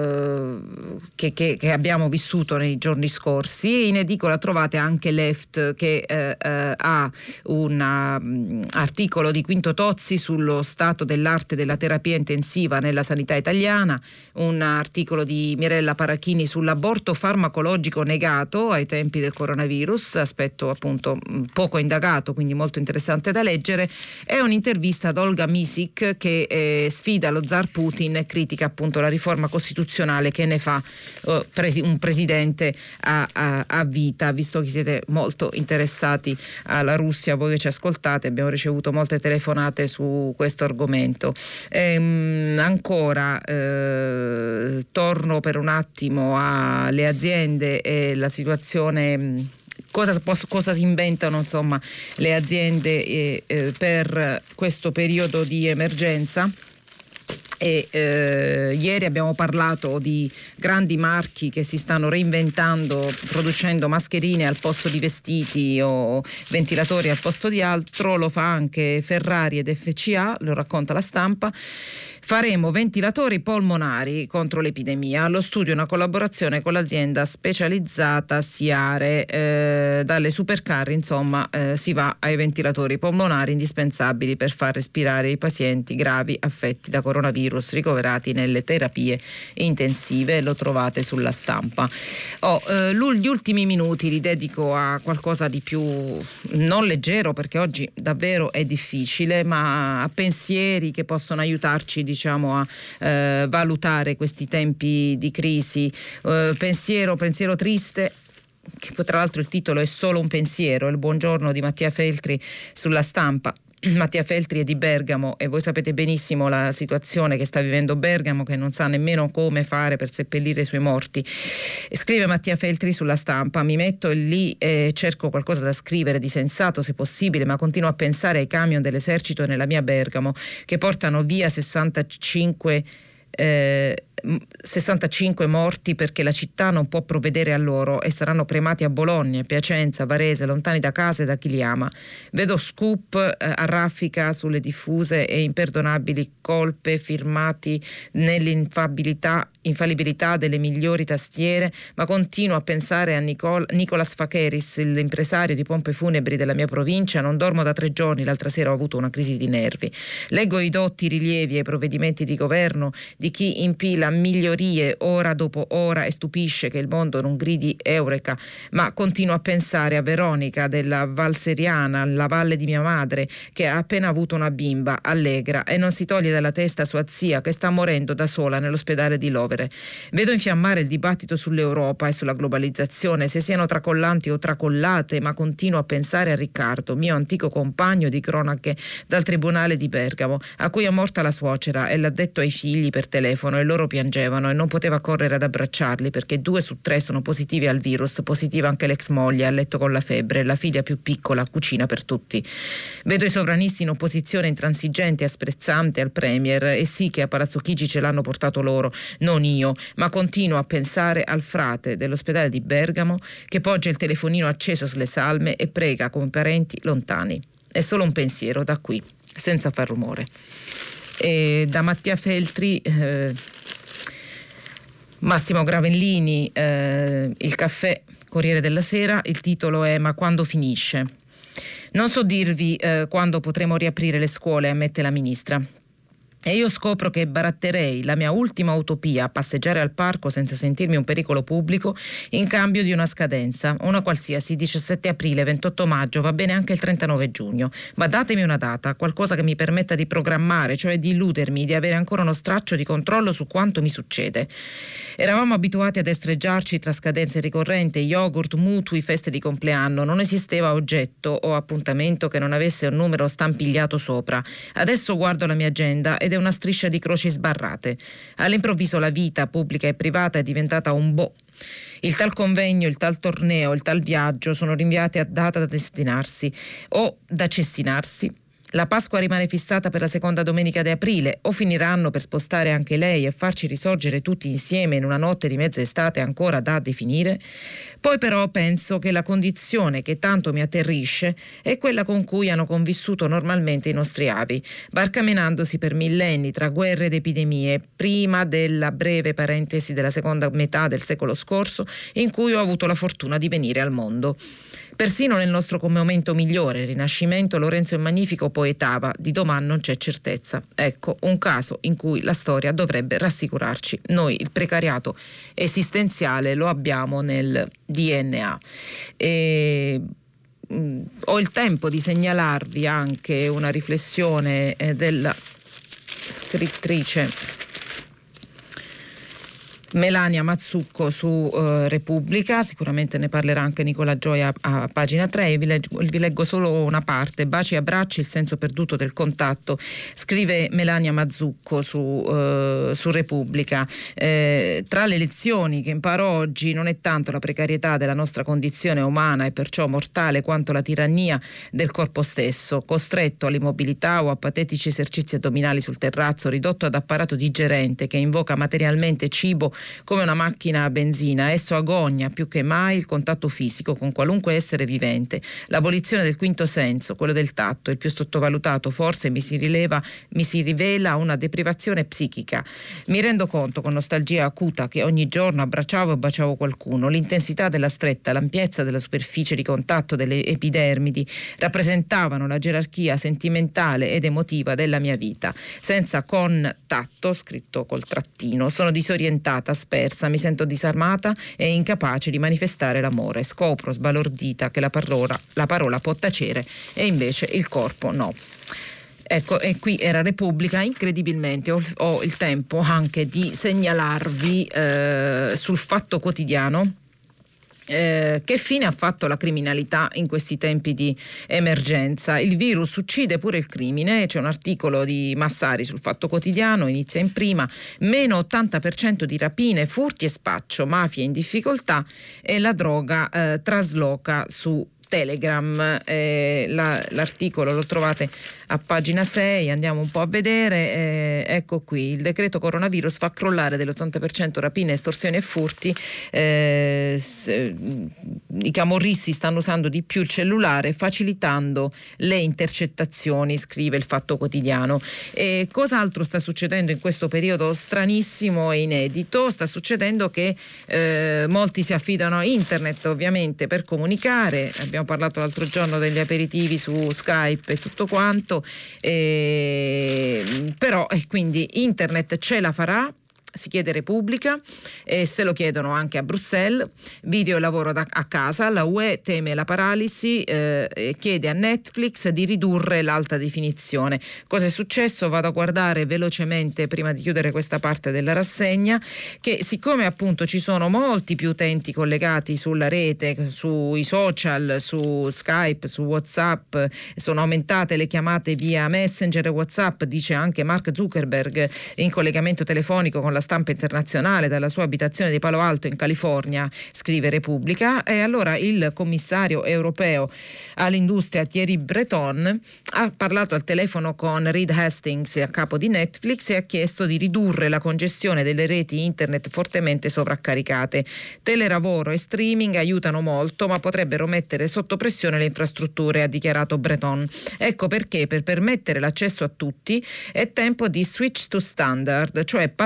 abbiamo vissuto nei giorni scorsi. In edicola trovate anche Left, che ha un articolo di Quinto Tozzi sullo stato dell'arte della terapia intensiva nella sanità italiana, un articolo di Mirella Parachini sull'aborto farmacologico negato ai tempi del coronavirus, aspetto appunto poco indagato, quindi molto interessante da leggere, e un'intervista ad Olga Misik, che sfida lo zar Putin e critica appunto la riforma costituzionale che ne fa un presidente a vita. Visto che siete molto interessati alla Russia, voi che ci ascoltate, abbiamo ricevuto molte telefonate su questo argomento. Ancora torno per un attimo alle aziende e la situazione. Cosa si inventano insomma le aziende per questo periodo di emergenza? Ieri abbiamo parlato di grandi marchi che si stanno reinventando, producendo mascherine al posto di vestiti o ventilatori al posto di altro. Lo fa anche Ferrari ed FCA, lo racconta La Stampa. Faremo ventilatori polmonari contro l'epidemia. Allo studio una collaborazione con l'azienda specializzata Siare. Dalle supercar insomma si va ai ventilatori polmonari indispensabili per far respirare i pazienti gravi affetti da coronavirus ricoverati nelle terapie intensive. Lo trovate sulla Stampa. Gli ultimi minuti li dedico a qualcosa di più non leggero, perché oggi davvero è difficile, ma a pensieri che possono aiutarci a valutare questi tempi di crisi. Pensiero triste, che tra l'altro il titolo è Solo un pensiero, il buongiorno di Mattia Feltri sulla Stampa. Mattia Feltri è di Bergamo e voi sapete benissimo la situazione che sta vivendo Bergamo, che non sa nemmeno come fare per seppellire i suoi morti. Scrive Mattia Feltri sulla Stampa: mi metto lì e cerco qualcosa da scrivere di sensato se possibile, ma continuo a pensare ai camion dell'esercito nella mia Bergamo che portano via 65 morti perché la città non può provvedere a loro e saranno cremati a Bologna, Piacenza, Varese, lontani da casa e da chi li ama. Vedo scoop a raffica sulle diffuse e imperdonabili colpe firmati nell'infallibilità delle migliori tastiere, ma continuo a pensare a Nicolas Facheris, l'impresario di pompe funebri della mia provincia. Non dormo da 3 giorni, l'altra sera ho avuto una crisi di nervi. Leggo i dotti rilievi e i provvedimenti di governo di chi impila migliorie ora dopo ora e stupisce che il mondo non gridi eureka, ma continuo a pensare a Veronica della Val Seriana, la valle di mia madre, che ha appena avuto una bimba, allegra, e non si toglie dalla testa sua zia che sta morendo da sola nell'ospedale di Lovere. Vedo infiammare il dibattito sull'Europa e sulla globalizzazione, se siano tracollanti o tracollate, ma continuo a pensare a Riccardo, mio antico compagno di cronache dal tribunale di Bergamo, a cui è morta la suocera e l'ha detto ai figli per telefono e loro piangevano e non poteva correre ad abbracciarli perché 2 su 3 sono positivi al virus, positiva anche l'ex moglie a letto con la febbre, la figlia più piccola cucina per tutti. Vedo i sovranisti in opposizione intransigente e sprezzante al premier, e sì che a Palazzo Chigi ce l'hanno portato loro, non io, ma continuo a pensare al frate dell'ospedale di Bergamo che poggia il telefonino acceso sulle salme e prega come parenti lontani. È solo un pensiero da qui, senza far rumore. E da Mattia Feltri Massimo Gravellini, Il Caffè, Corriere della Sera, il titolo è Ma quando finisce? Non so dirvi quando potremo riaprire le scuole, ammette la ministra. E io scopro che baratterei la mia ultima utopia a passeggiare al parco senza sentirmi un pericolo pubblico in cambio di una scadenza, una qualsiasi, 17 aprile, 28 maggio, va bene anche il 39 giugno, ma datemi una data, qualcosa che mi permetta di programmare, cioè di illudermi, di avere ancora uno straccio di controllo su quanto mi succede. Eravamo abituati a destreggiarci tra scadenze ricorrenti, yogurt, mutui, feste di compleanno, non esisteva oggetto o appuntamento che non avesse un numero stampigliato sopra. Adesso guardo la mia agenda ed è una striscia di croci sbarrate. All'improvviso la vita pubblica e privata è diventata un boh. Il tal convegno, il tal torneo, il tal viaggio sono rinviati a data da destinarsi o da cestinarsi. La Pasqua rimane fissata per la seconda domenica di aprile, o finiranno per spostare anche lei e farci risorgere tutti insieme in una notte di mezza estate ancora da definire? Poi però penso che la condizione che tanto mi atterrisce è quella con cui hanno convissuto normalmente i nostri avi, barcamenandosi per millenni tra guerre ed epidemie, prima della breve parentesi della seconda metà del secolo scorso, in cui ho avuto la fortuna di venire al mondo. Persino nel nostro momento migliore, il Rinascimento, Lorenzo il Magnifico poetava: di domani non c'è certezza. Ecco, un caso in cui la storia dovrebbe rassicurarci. Noi il precariato esistenziale lo abbiamo nel DNA. Ho il tempo di segnalarvi anche una riflessione della scrittrice Melania Mazzucco su Repubblica, sicuramente ne parlerà anche Nicola Gioia a pagina 3, vi leggo solo una parte. Baci e abbracci, il senso perduto del contatto, scrive Melania Mazzucco su Repubblica. Tra le lezioni che imparo oggi non è tanto la precarietà della nostra condizione umana e perciò mortale, quanto la tirannia del corpo stesso, costretto all'immobilità o a patetici esercizi addominali sul terrazzo, ridotto ad apparato digerente che invoca materialmente cibo come una macchina a benzina. Esso agogna più che mai il contatto fisico con qualunque essere vivente. L'abolizione del quinto senso, quello del tatto, il più sottovalutato, forse mi si rivela una deprivazione psichica. Mi rendo conto con nostalgia acuta che ogni giorno abbracciavo e baciavo qualcuno. L'intensità della stretta, l'ampiezza della superficie di contatto delle epidermidi rappresentavano la gerarchia sentimentale ed emotiva della mia vita. Senza contatto, scritto col trattino, sono disorientata, spersa, mi sento disarmata e incapace di manifestare l'amore. Scopro sbalordita che la parola può tacere e invece il corpo no. Ecco, e qui era Repubblica. Incredibilmente ho il tempo anche di segnalarvi sul Fatto Quotidiano che fine ha fatto la criminalità in questi tempi di emergenza. Il virus uccide pure il crimine. C'è un articolo di Massari sul Fatto Quotidiano, inizia in prima: meno 80% di rapine, furti e spaccio, mafie in difficoltà e la droga trasloca su Telegram. L'articolo lo trovate a pagina 6, andiamo un po' a vedere. Ecco qui: il decreto coronavirus fa crollare dell'80% rapine, estorsioni e furti. I camorristi stanno usando di più il cellulare, facilitando le intercettazioni, scrive il Fatto Quotidiano. E cos'altro sta succedendo in questo periodo stranissimo e inedito? Sta succedendo che molti si affidano a internet ovviamente per comunicare. Abbiamo parlato l'altro giorno degli aperitivi su Skype e tutto quanto, però quindi internet ce la farà, si chiede Repubblica, e se lo chiedono anche a Bruxelles. Video e lavoro a casa, la UE teme la paralisi, chiede a Netflix di ridurre l'alta definizione. Cosa è successo? Vado a guardare velocemente prima di chiudere questa parte della rassegna, che siccome appunto ci sono molti più utenti collegati sulla rete, sui social, su Skype, su WhatsApp, sono aumentate le chiamate via Messenger e WhatsApp, dice anche Mark Zuckerberg in collegamento telefonico con la stampa internazionale dalla sua abitazione di Palo Alto in California, scrive Repubblica. E allora il commissario europeo all'industria Thierry Breton ha parlato al telefono con Reed Hastings, a capo di Netflix, e ha chiesto di ridurre la congestione delle reti internet fortemente sovraccaricate. Telelavoro e streaming aiutano molto, ma potrebbero mettere sotto pressione le infrastrutture, ha dichiarato Breton. Ecco perché per permettere l'accesso a tutti è tempo di switch to standard, cioè passare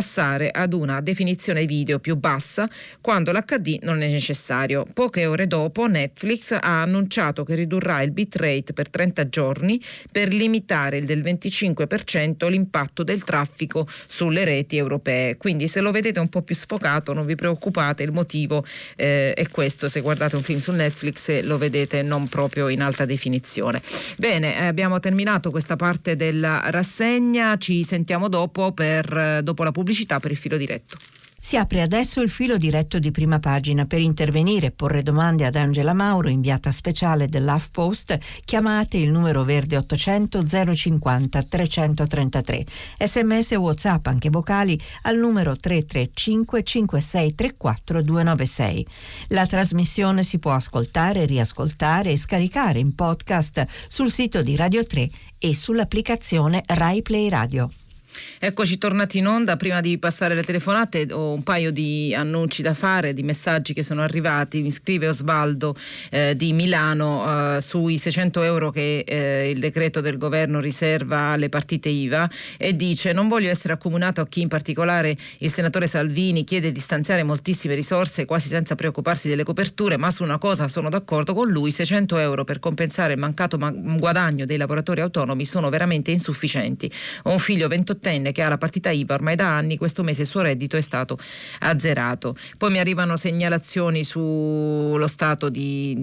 passare ad una definizione video più bassa quando l'HD non è necessario. Poche ore dopo Netflix ha annunciato che ridurrà il bitrate per 30 giorni per limitare il del 25% l'impatto del traffico sulle reti europee. Quindi se lo vedete un po' più sfocato non vi preoccupate, il motivo è questo. Se guardate un film su Netflix lo vedete non proprio in alta definizione. Bene, abbiamo terminato questa parte della rassegna, ci sentiamo dopo la pubblicità per il filo diretto. Si apre adesso il filo diretto di Prima Pagina. Per intervenire e porre domande ad Angela Mauro, inviata speciale dell'HuffPost, chiamate il numero verde 800 050 333. SMS e WhatsApp, anche vocali, al numero 335 5634 296. La trasmissione si può ascoltare, riascoltare e scaricare in podcast sul sito di Radio 3 e sull'applicazione Rai Play Radio. Eccoci tornati in onda. Prima di passare le telefonate ho un paio di annunci da fare, di messaggi che sono arrivati. Mi scrive Osvaldo di Milano sui 600 euro che il decreto del governo riserva alle partite IVA, e dice: non voglio essere accomunato a chi, in particolare il senatore Salvini, chiede di stanziare moltissime risorse quasi senza preoccuparsi delle coperture, ma su una cosa sono d'accordo con lui: 600 euro per compensare il mancato guadagno dei lavoratori autonomi sono veramente insufficienti. Ho un figlio 28enne che ha la partita IVA ormai da anni, questo mese il suo reddito è stato azzerato. Poi mi arrivano segnalazioni sullo stato di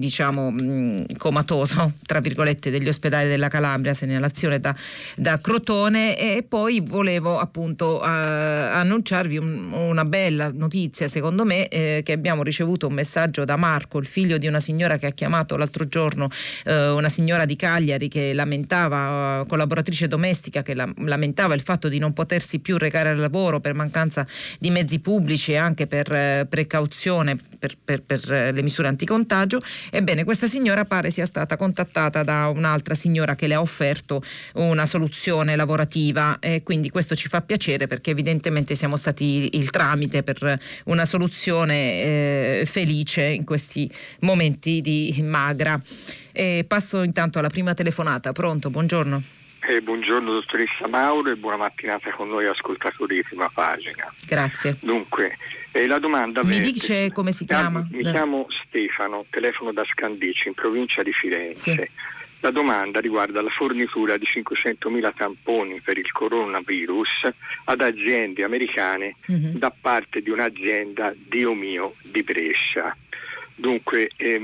comatoso tra virgolette degli ospedali della Calabria, segnalazione da Crotone, e poi volevo appunto annunciarvi una bella notizia, secondo me, che abbiamo ricevuto un messaggio da Marco, il figlio di una signora che ha chiamato l'altro giorno, una signora di Cagliari che lamentava, collaboratrice domestica, che lamentava il fatto di non potersi più recare al lavoro per mancanza di mezzi pubblici e anche per precauzione per le misure anticontagio. Ebbene, questa signora pare sia stata contattata da un'altra signora che le ha offerto una soluzione lavorativa, e quindi questo ci fa piacere, perché evidentemente siamo stati il tramite per una soluzione felice in questi momenti di magra. E passo intanto alla prima telefonata. Pronto, buongiorno. Buongiorno dottoressa Mauro e buona mattinata con noi ascoltatori di Prima Pagina. Grazie. Dunque, la domanda mi dice come si chiama? Mi chiamo Stefano, telefono da Scandicci in provincia di Firenze. Sì. La domanda riguarda la fornitura di 500.000 tamponi per il coronavirus ad aziende americane da parte di un'azienda, Dio mio, di Brescia. Dunque,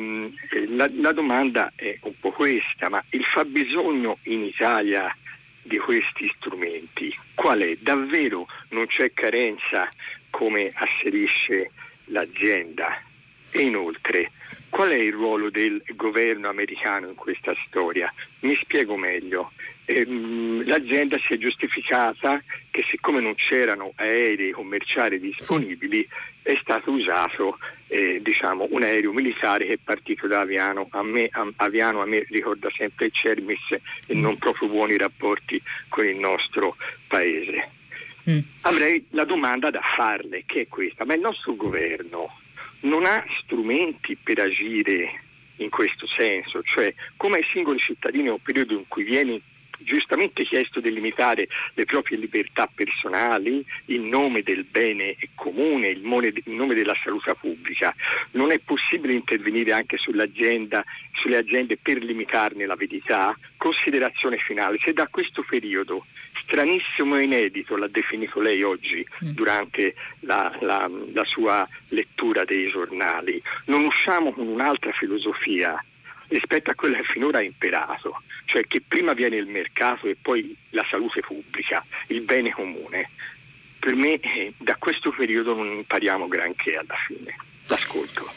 la domanda è un po' questa: ma il fabbisogno in Italia di questi strumenti qual è? Davvero non c'è carenza, come asserisce l'azienda? E inoltre, qual è il ruolo del governo americano in questa storia? Mi spiego meglio. L'azienda si è giustificata che siccome non c'erano aerei commerciali disponibili è stato usato un aereo militare che è partito da Aviano. Aviano a me ricorda sempre il Cermis e non proprio buoni rapporti con il nostro paese. Avrei la domanda da farle, che è questa: ma il nostro governo non ha strumenti per agire in questo senso? Cioè, come ai singoli cittadini in un periodo in cui viene giustamente chiesto di limitare le proprie libertà personali in nome del bene comune, in nome della salute pubblica, non è possibile intervenire anche sulle aziende per limitarne l'avidità? Considerazione finale: se da questo periodo stranissimo e inedito, l'ha definito lei oggi durante la sua lettura dei giornali, non usciamo con un'altra filosofia rispetto a quella che finora ha imperato, cioè che prima viene il mercato e poi la salute pubblica, il bene comune, per me da questo periodo non impariamo granché alla fine. L'ascolto.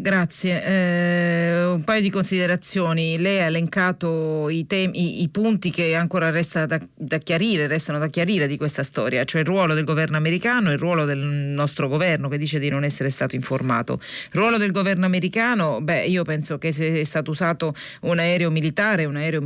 Grazie. Un paio di considerazioni. Lei ha elencato i punti che ancora restano da chiarire di questa storia, cioè il ruolo del governo americano e il ruolo del nostro governo, che dice di non essere stato informato. Il ruolo del governo americano, io penso che se è stato usato un aereo militare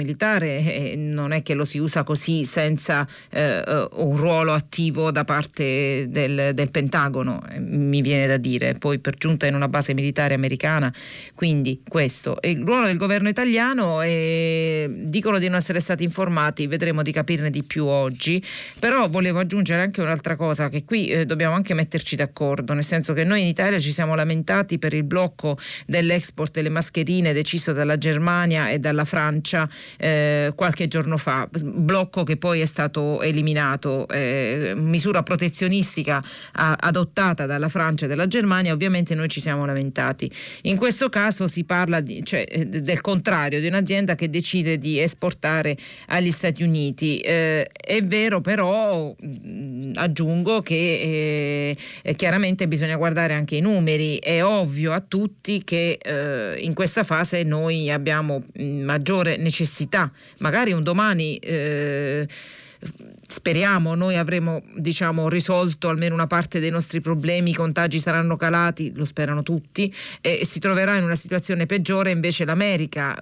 non è che lo si usa così senza un ruolo attivo da parte del Pentagono, mi viene da dire. Poi per giunta giunta in una base militare americana. Quindi questo è il ruolo del governo italiano, e dicono di non essere stati informati, vedremo di capirne di più oggi. Però volevo aggiungere anche un'altra cosa, che qui dobbiamo anche metterci d'accordo, nel senso che noi in Italia ci siamo lamentati per il blocco dell'export delle mascherine deciso dalla Germania e dalla Francia qualche giorno fa, blocco che poi è stato eliminato, misura protezionistica adottata dalla Francia e dalla Germania. Ovviamente noi ci siamo lamentati. In questo caso si parla del contrario, di un'azienda che decide di esportare agli Stati Uniti. È vero, però aggiungo che chiaramente bisogna guardare anche i numeri. È ovvio a tutti che in questa fase noi abbiamo maggiore necessità, magari un domani speriamo noi avremo risolto almeno una parte dei nostri problemi, i contagi saranno calati, lo sperano tutti, e si troverà in una situazione peggiore invece l'America.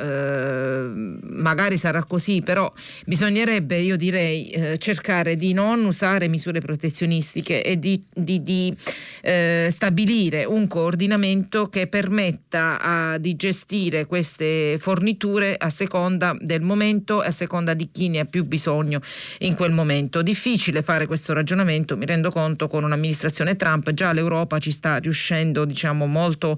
Magari sarà così, però bisognerebbe, io direi, cercare di non usare misure protezionistiche e di stabilire un coordinamento che permetta di gestire queste forniture a seconda del momento e a seconda di chi ne ha più bisogno in quel momento. Difficile fare questo ragionamento, mi rendo conto, con un'amministrazione Trump. Già l'Europa ci sta riuscendo molto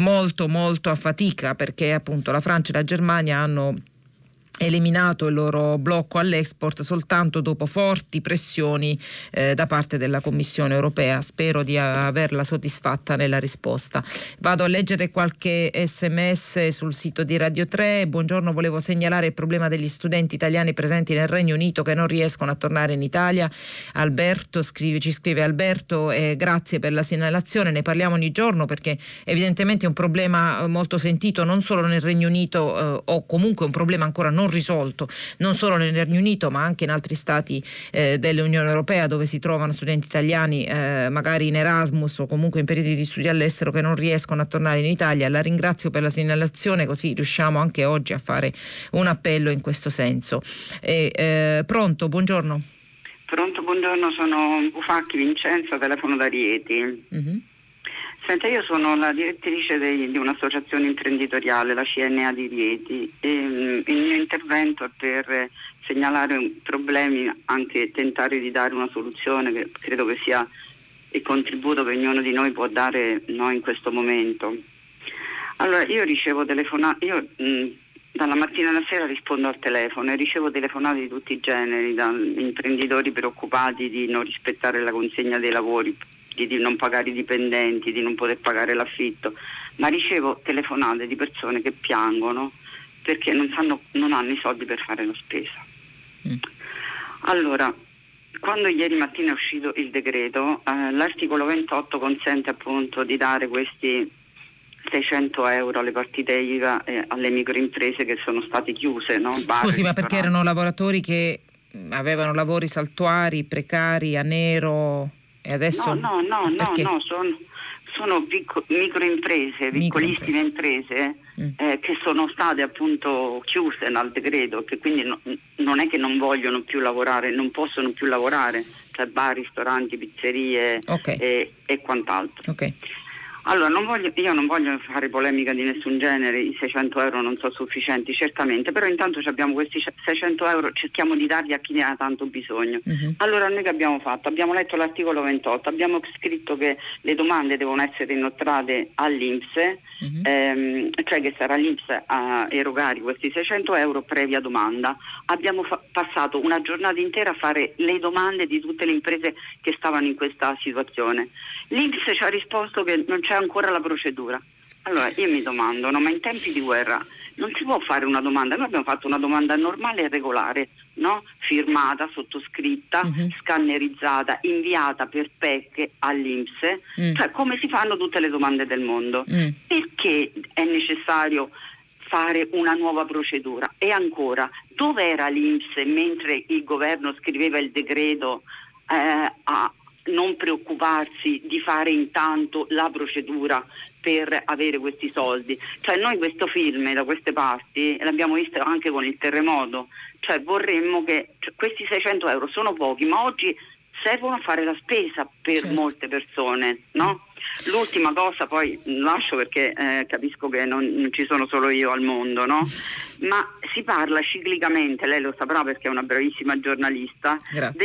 a fatica, perché appunto la Francia e la Germania hanno eliminato il loro blocco all'export soltanto dopo forti pressioni da parte della Commissione europea. Spero di averla soddisfatta nella risposta. Vado a leggere qualche SMS sul sito di Radio 3. Buongiorno, volevo segnalare il problema degli studenti italiani presenti nel Regno Unito che non riescono a tornare in Italia. Alberto ci scrive Alberto, grazie per la segnalazione, ne parliamo ogni giorno perché evidentemente è un problema molto sentito non solo nel Regno Unito, o comunque un problema ancora non risolto, non solo nel Regno Unito ma anche in altri stati dell'Unione Europea, dove si trovano studenti italiani magari in Erasmus o comunque in periodi di studio all'estero, che non riescono a tornare in Italia. La ringrazio per la segnalazione, così riusciamo anche oggi a fare un appello in questo senso. Pronto, buongiorno. Pronto, buongiorno, sono Bufacchi Vincenza, telefono da Rieti. Mm-hmm. Senta, io sono la direttrice di un'associazione imprenditoriale, la CNA di Rieti, e il mio intervento è per segnalare problemi, anche tentare di dare una soluzione, che credo che sia il contributo che ognuno di noi può dare in questo momento. Allora, io ricevo telefonate, dalla mattina alla sera rispondo al telefono e ricevo telefonate di tutti i generi, da imprenditori preoccupati di non rispettare la consegna dei lavori, di non pagare i dipendenti, di non poter pagare l'affitto, ma ricevo telefonate di persone che piangono perché non hanno i soldi per fare la spesa. Allora, quando ieri mattina è uscito il decreto, l'articolo 28 consente appunto di dare questi 600 euro alle partite IVA e alle microimprese che sono state chiuse, no? Scusi, ma perché erano lavoratori che avevano lavori saltuari, precari, a nero? E adesso no, sono microimprese, piccolissime imprese che sono state appunto chiuse dal decreto, che quindi non è che non vogliono più lavorare, non possono più lavorare, cioè bar, ristoranti, pizzerie, okay, e quant'altro. Okay. Allora, io non voglio fare polemica di nessun genere, i 600 euro non sono sufficienti certamente, però intanto abbiamo questi 600 euro, cerchiamo di darli a chi ne ha tanto bisogno. Allora noi che abbiamo fatto? Abbiamo letto l'articolo 28, abbiamo scritto che le domande devono essere inoltrate all'INPS, cioè che sarà l'INPS a erogare questi 600 euro previa domanda. Abbiamo passato una giornata intera a fare le domande di tutte le imprese che stavano in questa situazione. L'INPS ci ha risposto che non c'è ancora la procedura. Allora io mi domando, ma in tempi di guerra non si può fare una domanda? Noi abbiamo fatto una domanda normale e regolare, no? Firmata, sottoscritta, scannerizzata, inviata per PEC all'INPS, cioè come si fanno tutte le domande del mondo. Perché è necessario fare una nuova procedura? E ancora, dove era l'INPS mentre il governo scriveva il decreto a non preoccuparsi di fare intanto la procedura per avere questi soldi? Cioè noi questo film da queste parti l'abbiamo visto anche con il terremoto, cioè vorremmo che questi 600 euro sono pochi, ma oggi servono a fare la spesa per molte persone, no? L'ultima cosa, poi lascio perché capisco che non ci sono solo io al mondo, no? Ma si parla ciclicamente, lei lo saprà perché è una bravissima giornalista,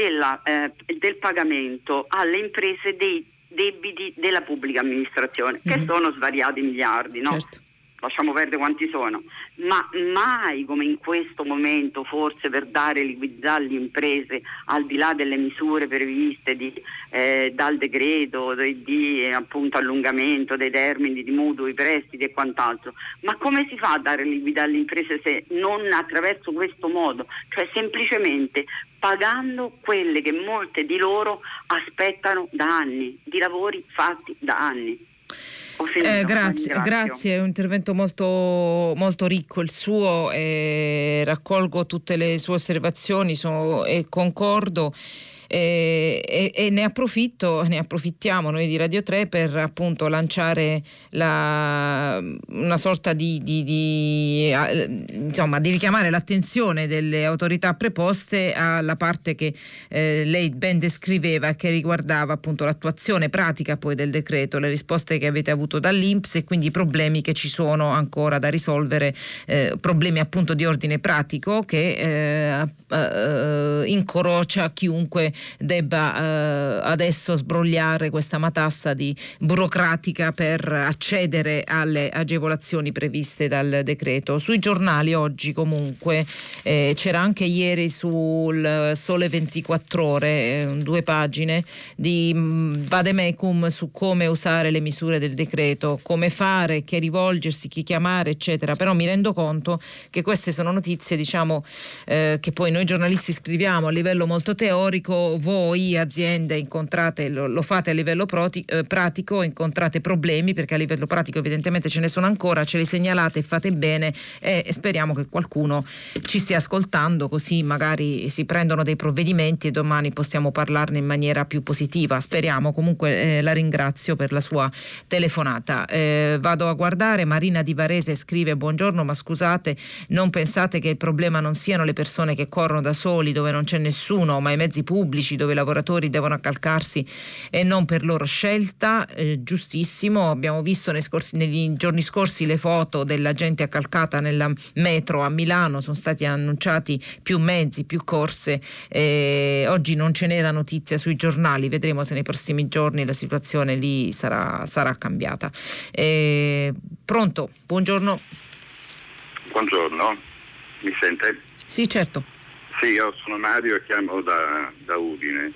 del pagamento alle imprese dei debiti della pubblica amministrazione, che sono svariati miliardi, no? Certo. Lasciamo perdere quanti sono, ma mai come in questo momento, forse per dare liquidità alle imprese, al di là delle misure previste dal decreto di appunto allungamento dei termini di mutui, prestiti e quant'altro, ma come si fa a dare liquidità alle imprese se non attraverso questo modo, cioè semplicemente pagando quelle che molte di loro aspettano da anni, di lavori fatti da anni. Grazie, è un intervento molto, molto ricco il suo, raccolgo tutte le sue osservazioni e concordo. E ne approfittiamo noi di Radio 3 per appunto lanciare una sorta di richiamare l'attenzione delle autorità preposte alla parte che lei ben descriveva, che riguardava appunto l'attuazione pratica poi del decreto, le risposte che avete avuto dall'INPS e quindi i problemi che ci sono ancora da risolvere, problemi appunto di ordine pratico che incrocia chiunque debba adesso sbrogliare questa matassa burocratica per accedere alle agevolazioni previste dal decreto. Sui giornali oggi comunque c'era anche ieri sul Sole 24 Ore 2 pagine di vademecum su come usare le misure del decreto, come fare, chi rivolgersi, chi chiamare eccetera, però mi rendo conto che queste sono notizie che poi noi giornalisti scriviamo a livello molto teorico, voi aziende incontrate, lo fate a livello pratico, incontrate problemi perché a livello pratico evidentemente ce ne sono ancora, ce li segnalate e fate bene e speriamo che qualcuno ci stia ascoltando, così magari si prendono dei provvedimenti e domani possiamo parlarne in maniera più positiva, speriamo. Comunque la ringrazio per la sua telefonata. Vado a guardare, Marina di Varese scrive: buongiorno, ma scusate, non pensate che il problema non siano le persone che corrono da soli dove non c'è nessuno, ma i mezzi pubblici dove i lavoratori devono accalcarsi e non per loro scelta? Giustissimo, abbiamo visto negli giorni scorsi le foto della gente accalcata nella metro a Milano, sono stati annunciati più mezzi, più corse, oggi non ce n'era notizia sui giornali, vedremo se nei prossimi giorni la situazione lì sarà cambiata. Pronto? Buongiorno. Buongiorno, mi sente? Sì, certo. Sì, io sono Mario e chiamo da Udine.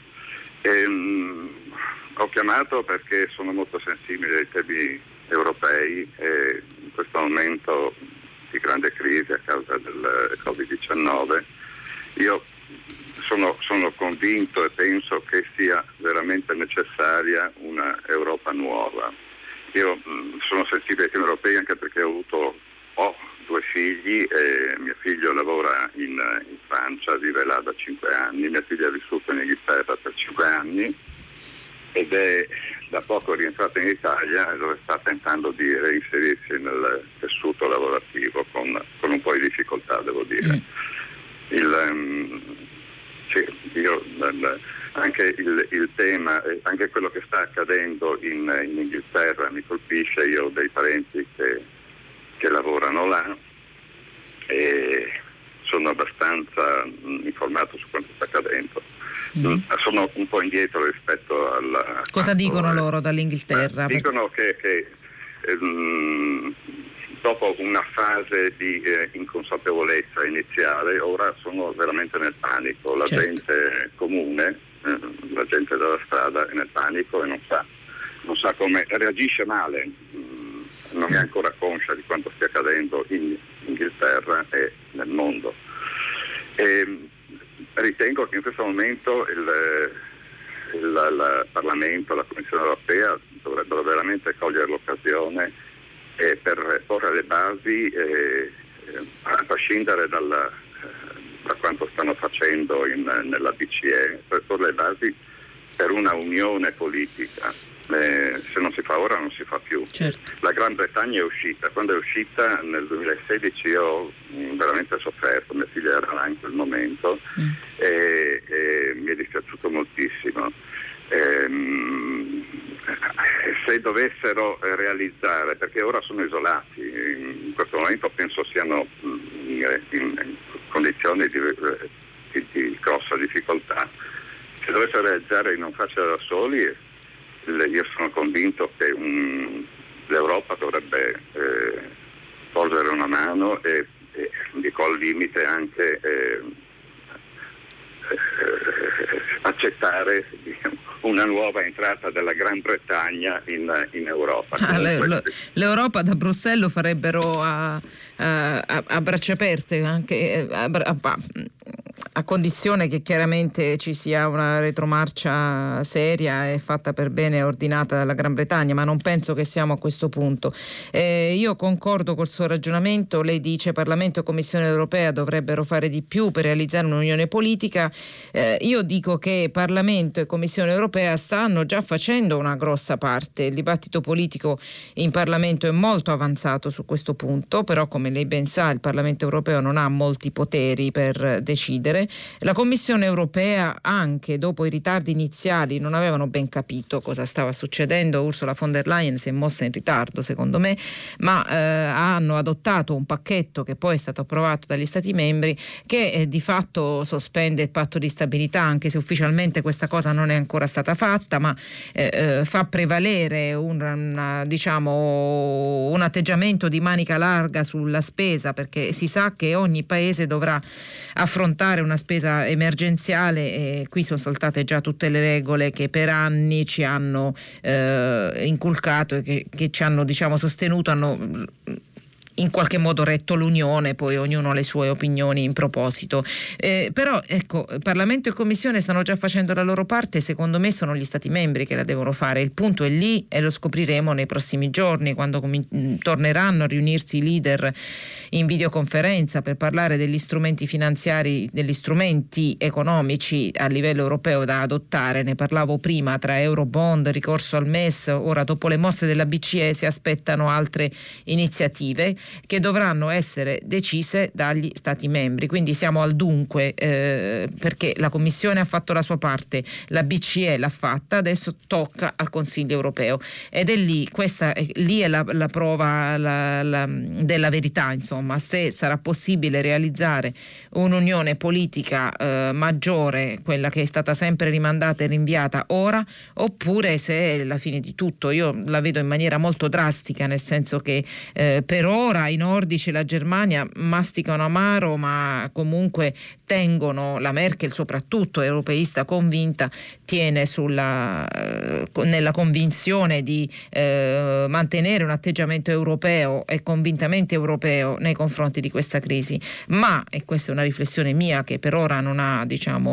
Ho chiamato perché sono molto sensibile ai temi europei e in questo momento di grande crisi a causa del Covid-19 io sono convinto e penso che sia veramente necessaria una Europa nuova. Io sono sensibile ai temi europei anche perché ho 2 figli e mio figlio lavora in Francia, vive là da 5 anni, mia figlia ha vissuto in Inghilterra per 5 anni ed è da poco rientrata in Italia dove sta tentando di reinserirsi nel tessuto lavorativo con un po' di difficoltà, devo dire. Anche il tema, anche quello che sta accadendo in Inghilterra mi colpisce. Io ho dei parenti che lavorano là e sono abbastanza informato su quanto sta accadendo. Sono un po' indietro rispetto alla... Cosa dicono loro dall'Inghilterra? Dicono che dopo una fase di inconsapevolezza iniziale ora sono veramente nel panico. La gente comune, la gente della strada è nel panico e non sa come, reagisce male. Non è ancora conscia di quanto stia accadendo in Inghilterra e nel mondo. Ritengo che in questo momento il Parlamento, la Commissione europea dovrebbero veramente cogliere l'occasione per porre le basi, a prescindere da quanto stanno facendo nella BCE, per porre le basi per una unione politica. Se non si fa ora non si fa più. Certo. La Gran Bretagna è uscita, quando è uscita nel 2016 io ho veramente sofferto, mia figlia era là in quel momento e mi è dispiaciuto moltissimo. se dovessero realizzare, perché ora sono isolati, in questo momento penso siano in condizioni di grossa difficoltà, se dovessero realizzare in un farcela da soli, io sono convinto che l'Europa dovrebbe porgere una mano e dico al limite anche accettare una nuova entrata della Gran Bretagna in Europa. L'Europa da Bruxelles lo farebbero a braccia aperte, anche a condizione che chiaramente ci sia una retromarcia seria e fatta per bene e ordinata dalla Gran Bretagna, ma non penso che siamo a questo punto. Io concordo col suo ragionamento. Lei dice Parlamento e Commissione europea dovrebbero fare di più per realizzare un'unione politica. Io dico che Parlamento e Commissione europea stanno già facendo una grossa parte. Il dibattito politico in Parlamento è molto avanzato su questo punto, però come lei ben sa il Parlamento europeo non ha molti poteri per decidere. La Commissione europea, anche dopo i ritardi iniziali, non avevano ben capito cosa stava succedendo. Ursula von der Leyen si è mossa in ritardo secondo me, ma hanno adottato un pacchetto che poi è stato approvato dagli Stati membri che di fatto sospende il patto di stabilità, anche se ufficialmente questa cosa non è ancora stata fatta, ma fa prevalere un atteggiamento di manica larga sulla spesa, perché si sa che ogni paese dovrà affrontare una spesa emergenziale e qui sono saltate già tutte le regole che per anni ci hanno inculcato e che ci hanno sostenuto, hanno in qualche modo retto l'Unione, poi ognuno ha le sue opinioni in proposito. Però ecco, Parlamento e Commissione stanno già facendo la loro parte, secondo me sono gli Stati membri che la devono fare. Il punto è lì e lo scopriremo nei prossimi giorni, quando torneranno a riunirsi i leader in videoconferenza per parlare degli strumenti finanziari, degli strumenti economici a livello europeo da adottare. Ne parlavo prima, tra Eurobond, ricorso al MES, ora dopo le mosse della BCE si aspettano altre iniziative che dovranno essere decise dagli Stati membri. Quindi siamo al dunque, perché la Commissione ha fatto la sua parte, la BCE l'ha fatta, adesso tocca al Consiglio europeo ed è lì, lì è la prova della verità, insomma, se sarà possibile realizzare un'unione politica maggiore, quella che è stata sempre rimandata e rinviata ora, oppure se è la fine di tutto. Io la vedo in maniera molto drastica, nel senso che per ora i nordici e la Germania masticano amaro, ma comunque tengono, la Merkel soprattutto, europeista convinta, tiene nella convinzione di mantenere un atteggiamento europeo e convintamente europeo nei confronti di questa crisi. Ma, e questa è una riflessione mia che per ora non ha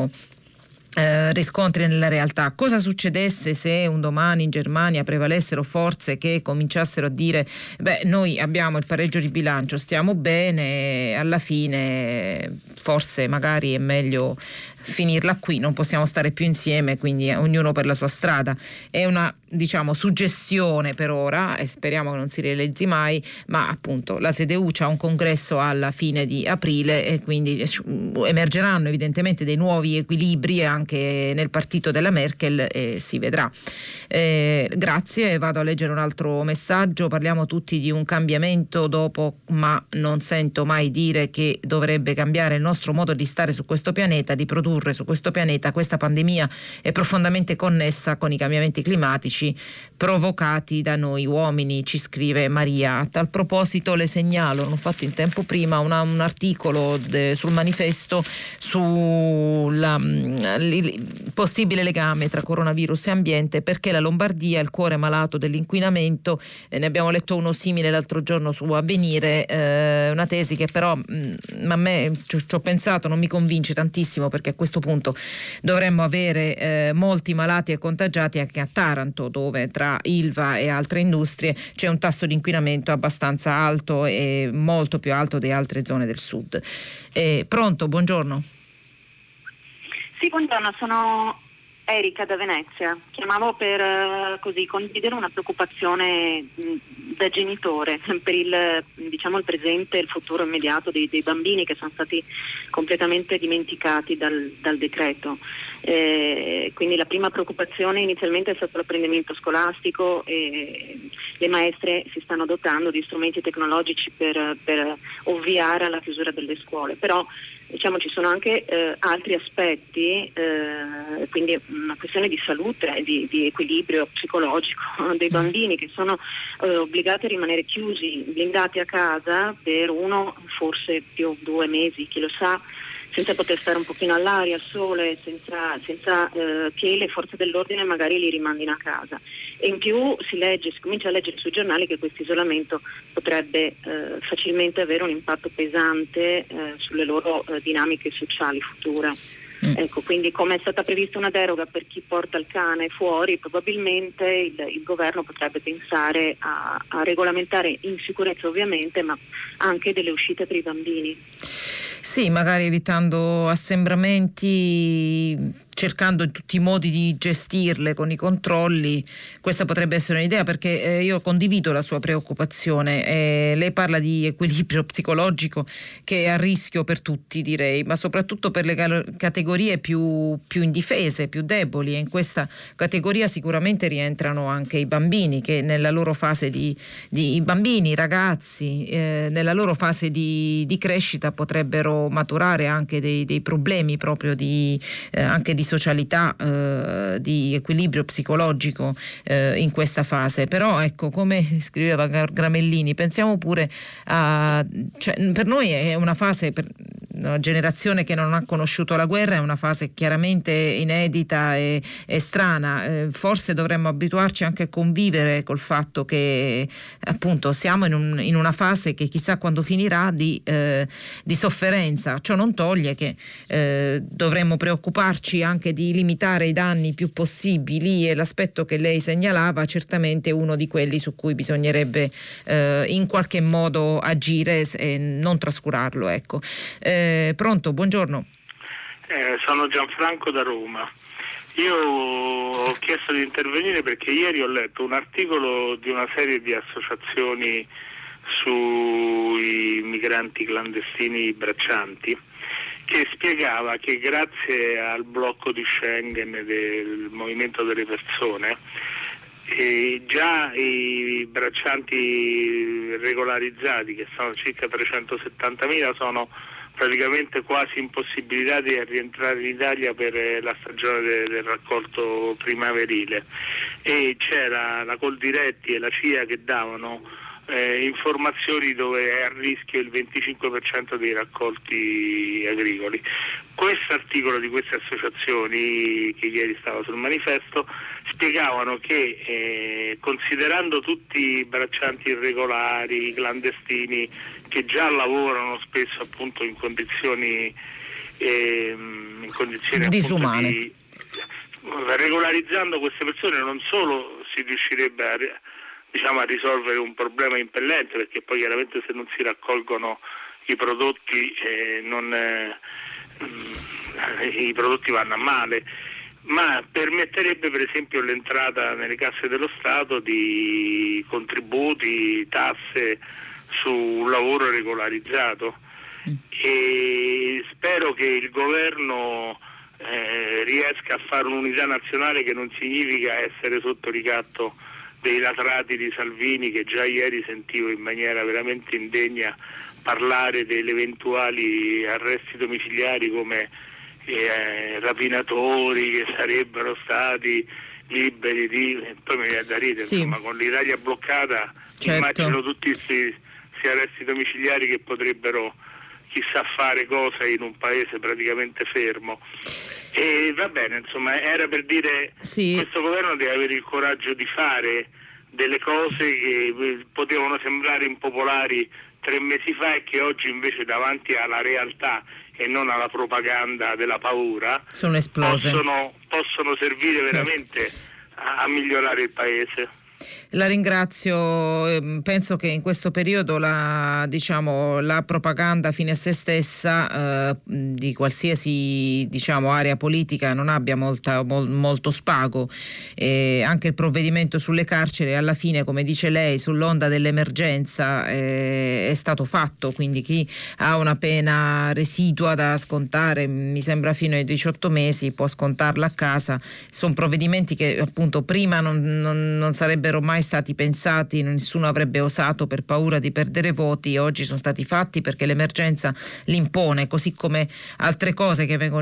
riscontri nella realtà, cosa succedesse se un domani in Germania prevalessero forze che cominciassero a dire noi abbiamo il pareggio di bilancio, stiamo bene, alla fine forse magari è meglio finirla qui, non possiamo stare più insieme, quindi ognuno per la sua strada. È una suggestione per ora e speriamo che non si realizzi mai, ma appunto la CDU c'ha un congresso alla fine di aprile e quindi emergeranno evidentemente dei nuovi equilibri anche nel partito della Merkel e si vedrà. Grazie, vado a leggere un altro messaggio. Parliamo tutti di un cambiamento dopo, ma non sento mai dire che dovrebbe cambiare il nostro modo di stare su questo pianeta, di produrre su questo pianeta. Questa pandemia è profondamente connessa con i cambiamenti climatici provocati da noi uomini, ci scrive Maria. A tal proposito le segnalo, l'ho fatto in tempo prima, un articolo sul Manifesto sul possibile legame tra coronavirus e ambiente, perché la Lombardia è il cuore malato dell'inquinamento. Ne abbiamo letto uno simile l'altro giorno su Avvenire, una tesi che però a me ci ho pensato, non mi convince tantissimo, perché a questo punto dovremmo avere molti malati e contagiati anche a Taranto, dove tra Ilva e altre industrie c'è un tasso di inquinamento abbastanza alto e molto più alto di altre zone del sud. Pronto, buongiorno. Sì, buongiorno, sono Erika da Venezia. Chiamavo per condividere una preoccupazione da genitore per il presente e il futuro immediato dei bambini che sono stati completamente dimenticati dal decreto. Quindi la prima preoccupazione inizialmente è stato l'apprendimento scolastico e le maestre si stanno dotando di strumenti tecnologici per ovviare alla chiusura delle scuole, però ci sono anche altri aspetti, quindi una questione di salute e di equilibrio psicologico dei bambini che sono obbligati a rimanere chiusi, blindati a casa per 1, forse più 2 mesi, chi lo sa, senza poter stare un pochino all'aria, al sole, senza che le forze dell'ordine magari li rimandino a casa. E in più si comincia a leggere sui giornali che questo isolamento potrebbe facilmente avere un impatto pesante sulle loro dinamiche sociali future. Ecco, quindi come è stata prevista una deroga per chi porta il cane fuori, probabilmente il governo potrebbe pensare a regolamentare in sicurezza ovviamente, ma anche delle uscite per i bambini. Sì, magari evitando assembramenti, cercando in tutti i modi di gestirle con i controlli. Questa potrebbe essere un'idea, perché io condivido la sua preoccupazione. Lei parla di equilibrio psicologico che è a rischio per tutti, direi, ma soprattutto per le categorie più indifese, più deboli, e in questa categoria sicuramente rientrano anche i bambini che nella loro fase i bambini, i ragazzi, nella loro fase di crescita potrebbero maturare anche dei problemi proprio anche di socialità, di equilibrio psicologico in questa fase. Però ecco, come scriveva Gramellini, pensiamo pure per noi è una fase, per una generazione che non ha conosciuto la guerra, è una fase chiaramente inedita e strana. Forse dovremmo abituarci anche a convivere col fatto che appunto siamo in una fase che chissà quando finirà di sofferenza. Ciò non toglie che dovremmo preoccuparci anche di limitare i danni più possibili, e l'aspetto che lei segnalava certamente è uno di quelli su cui bisognerebbe in qualche modo agire e non trascurarlo, ecco. Pronto, buongiorno. Sono Gianfranco da Roma. Io ho chiesto di intervenire perché ieri ho letto un articolo di una serie di associazioni sui migranti clandestini braccianti, che spiegava che grazie al blocco di Schengen e del movimento delle persone, già i braccianti regolarizzati, che sono circa 370.000, sono praticamente quasi impossibilitati a rientrare in Italia per la stagione del raccolto primaverile, e c'era la Coldiretti e la CIA che davano informazioni dove è a rischio il 25% dei raccolti agricoli. Questo articolo di queste associazioni, che ieri stava sul Manifesto, spiegavano che considerando tutti i braccianti irregolari, i clandestini, che già lavorano spesso appunto in condizioni disumane, regolarizzando queste persone non solo si riuscirebbe a risolvere un problema impellente, perché poi chiaramente se non si raccolgono i prodotti i prodotti vanno a male, ma permetterebbe per esempio l'entrata nelle casse dello Stato di contributi, tasse sul lavoro regolarizzato. E spero che il governo riesca a fare un'unità nazionale, che non significa essere sotto ricatto dei latrati di Salvini, che già ieri sentivo in maniera veramente indegna parlare degli eventuali arresti domiciliari come rapinatori che sarebbero stati liberi poi mi viene da ridere, sì. Insomma, con l'Italia bloccata, certo. Immagino tutti questi arresti domiciliari che potrebbero chissà fare cosa in un paese praticamente fermo. E va bene, insomma, era per dire, sì. Questo governo deve avere il coraggio di fare delle cose che potevano sembrare impopolari 3 mesi fa e che oggi invece davanti alla realtà e non alla propaganda della paura sono esplose. Possono servire veramente a migliorare il paese. La ringrazio, penso che in questo periodo la propaganda fine a se stessa di qualsiasi area politica non abbia molto spago, anche il provvedimento sulle carceri alla fine, come dice lei, sull'onda dell'emergenza è stato fatto, quindi chi ha una pena residua da scontare, mi sembra fino ai 18 mesi, può scontarla a casa. Sono provvedimenti che appunto prima non sarebbero mai stati pensati, nessuno avrebbe osato per paura di perdere voti, oggi sono stati fatti perché l'emergenza li impone, così come altre cose che vengono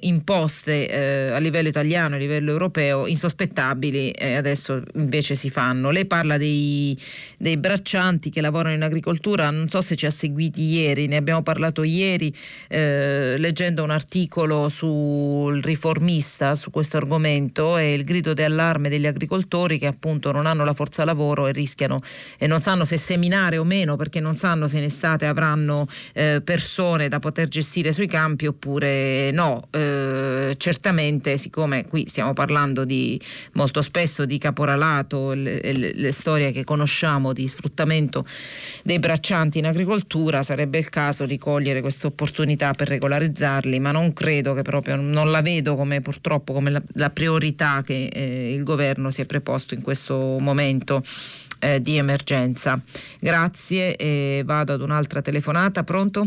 imposte a livello italiano, a livello europeo, insospettabili, adesso invece si fanno. Lei parla dei braccianti che lavorano in agricoltura, non so se ci ha seguiti ieri, ne abbiamo parlato ieri leggendo un articolo sul Riformista su questo argomento, e il grido d'allarme degli agricoltori che appunto non hanno la forza lavoro e rischiano e non sanno se seminare o meno, perché non sanno se in estate avranno persone da poter gestire sui campi oppure no. Certamente, siccome qui stiamo parlando molto spesso di caporalato, le storie che conosciamo di sfruttamento dei braccianti in agricoltura, sarebbe il caso di cogliere questa opportunità per regolarizzarli, ma non credo che proprio, non la vedo purtroppo come la priorità che il governo si è preposto in questo momento di emergenza. Grazie, e vado ad un'altra telefonata. Pronto?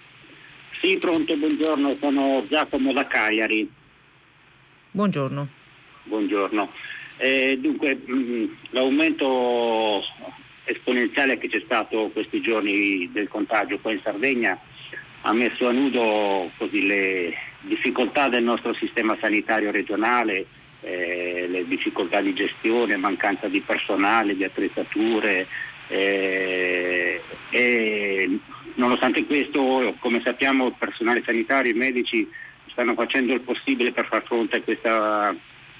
Sì, pronto, buongiorno, sono Giacomo da Cagliari. Buongiorno. Buongiorno. Dunque, l'aumento esponenziale che c'è stato questi giorni del contagio qua in Sardegna ha messo a nudo così le difficoltà del nostro sistema sanitario regionale, le difficoltà di gestione, mancanza di personale, di attrezzature, e nonostante questo, come sappiamo, il personale sanitario, i medici stanno facendo il possibile per far fronte a questa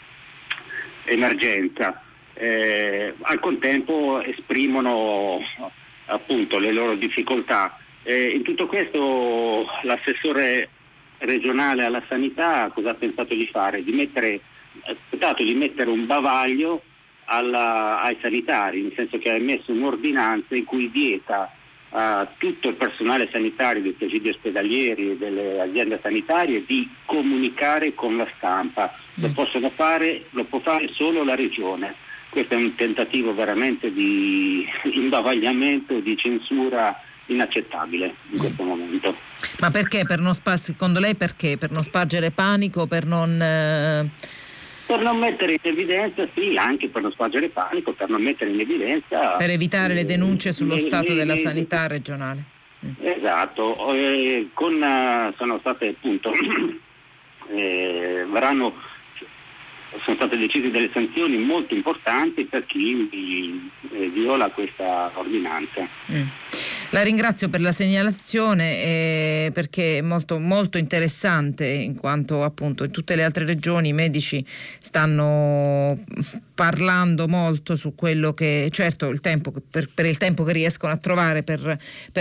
emergenza. Al contempo esprimono appunto le loro difficoltà. In tutto questo l'assessore regionale alla sanità cosa ha pensato di fare? Ha tentato di mettere un bavaglio ai sanitari, nel senso che ha emesso un'ordinanza in cui vieta a tutto il personale sanitario dei presidi ospedalieri e delle aziende sanitarie di comunicare con la stampa. Lo può fare solo la regione. Questo è un tentativo veramente di imbavagliamento, di censura inaccettabile in questo momento. Ma perché? Secondo lei perché? Per non spargere panico, per non mettere in evidenza, sì, anche per non spargere panico, per non mettere in evidenza, per evitare le denunce sullo stato della sanità regionale. Esatto, sono state appunto sono state decise delle sanzioni molto importanti per chi viola questa ordinanza. La ringrazio per la segnalazione, perché è molto, molto interessante, in quanto appunto in tutte le altre regioni i medici stanno parlando molto su quello che, certo, il tempo per il tempo che riescono a trovare per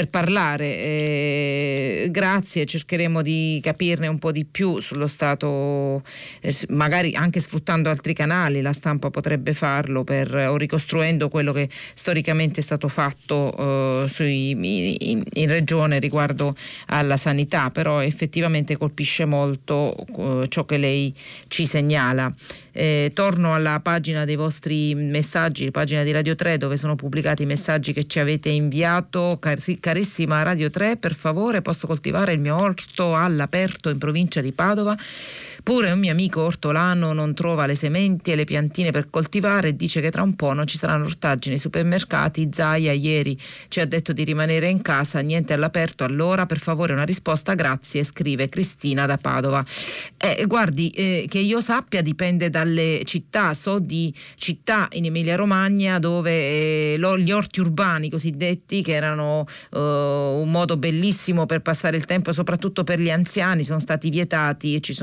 parlare. Grazie, cercheremo di capirne un po' di più sullo stato, magari anche sfruttando altri canali, la stampa potrebbe farlo o ricostruendo quello che storicamente è stato fatto in regione riguardo alla sanità, però effettivamente colpisce molto ciò che lei ci segnala. Torno alla pagina dei vostri messaggi, la pagina di Radio 3, dove sono pubblicati i messaggi che ci avete inviato. Carissima Radio 3, per favore, posso coltivare il mio orto all'aperto in provincia di Padova? Pure un mio amico ortolano non trova le sementi e le piantine per coltivare e dice che tra un po' non ci saranno ortaggi nei supermercati. Zaia ieri ci ha detto di rimanere in casa, niente all'aperto. Allora, per favore, una risposta, grazie, scrive Cristina da Padova. Guardi, che io sappia dipende dalle città. So di città in Emilia Romagna dove gli orti urbani cosiddetti, che erano un modo bellissimo per passare il tempo, soprattutto per gli anziani, sono stati vietati, e ci sono anziani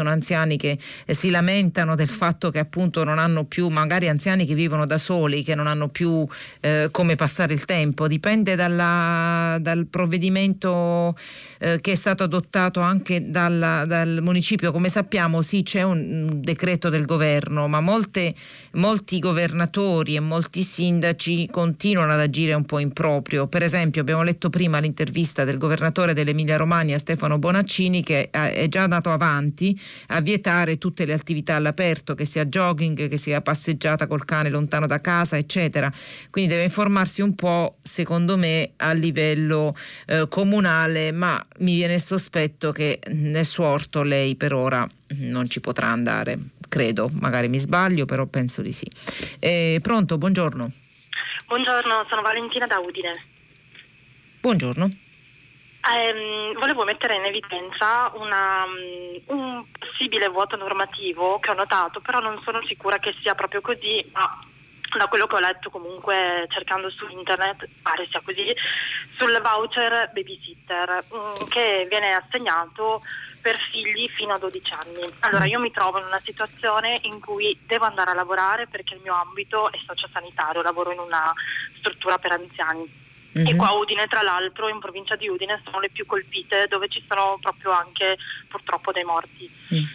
anziani che si lamentano del fatto che appunto non hanno più, magari anziani che vivono da soli, che non hanno più come passare il tempo. Dipende dal provvedimento che è stato adottato anche dal municipio. Come sappiamo, sì, c'è un decreto del governo, ma molti governatori e molti sindaci continuano ad agire un po' in proprio. Per esempio, abbiamo letto prima l'intervista del governatore dell'Emilia Romagna, Stefano Bonaccini, che è già andato avanti a vietare tutte le attività all'aperto, che sia jogging, che sia passeggiata col cane lontano da casa, eccetera. Quindi deve informarsi un po', secondo me, a livello comunale, ma mi viene il sospetto che nel suo orto lei per ora non ci potrà andare, credo, magari mi sbaglio, però penso di sì. Pronto, buongiorno. Buongiorno, sono Valentina da Udine. Buongiorno. Volevo mettere in evidenza un possibile vuoto normativo che ho notato, però non sono sicura che sia proprio così, ma da quello che ho letto comunque cercando su internet pare sia così, sul voucher babysitter che viene assegnato per figli fino a 12 anni. Allora io mi trovo in una situazione in cui devo andare a lavorare perché il mio ambito è sociosanitario, lavoro in una struttura per anziani. E qua a Udine, tra l'altro, in provincia di Udine, sono le più colpite, dove ci sono proprio anche purtroppo dei morti.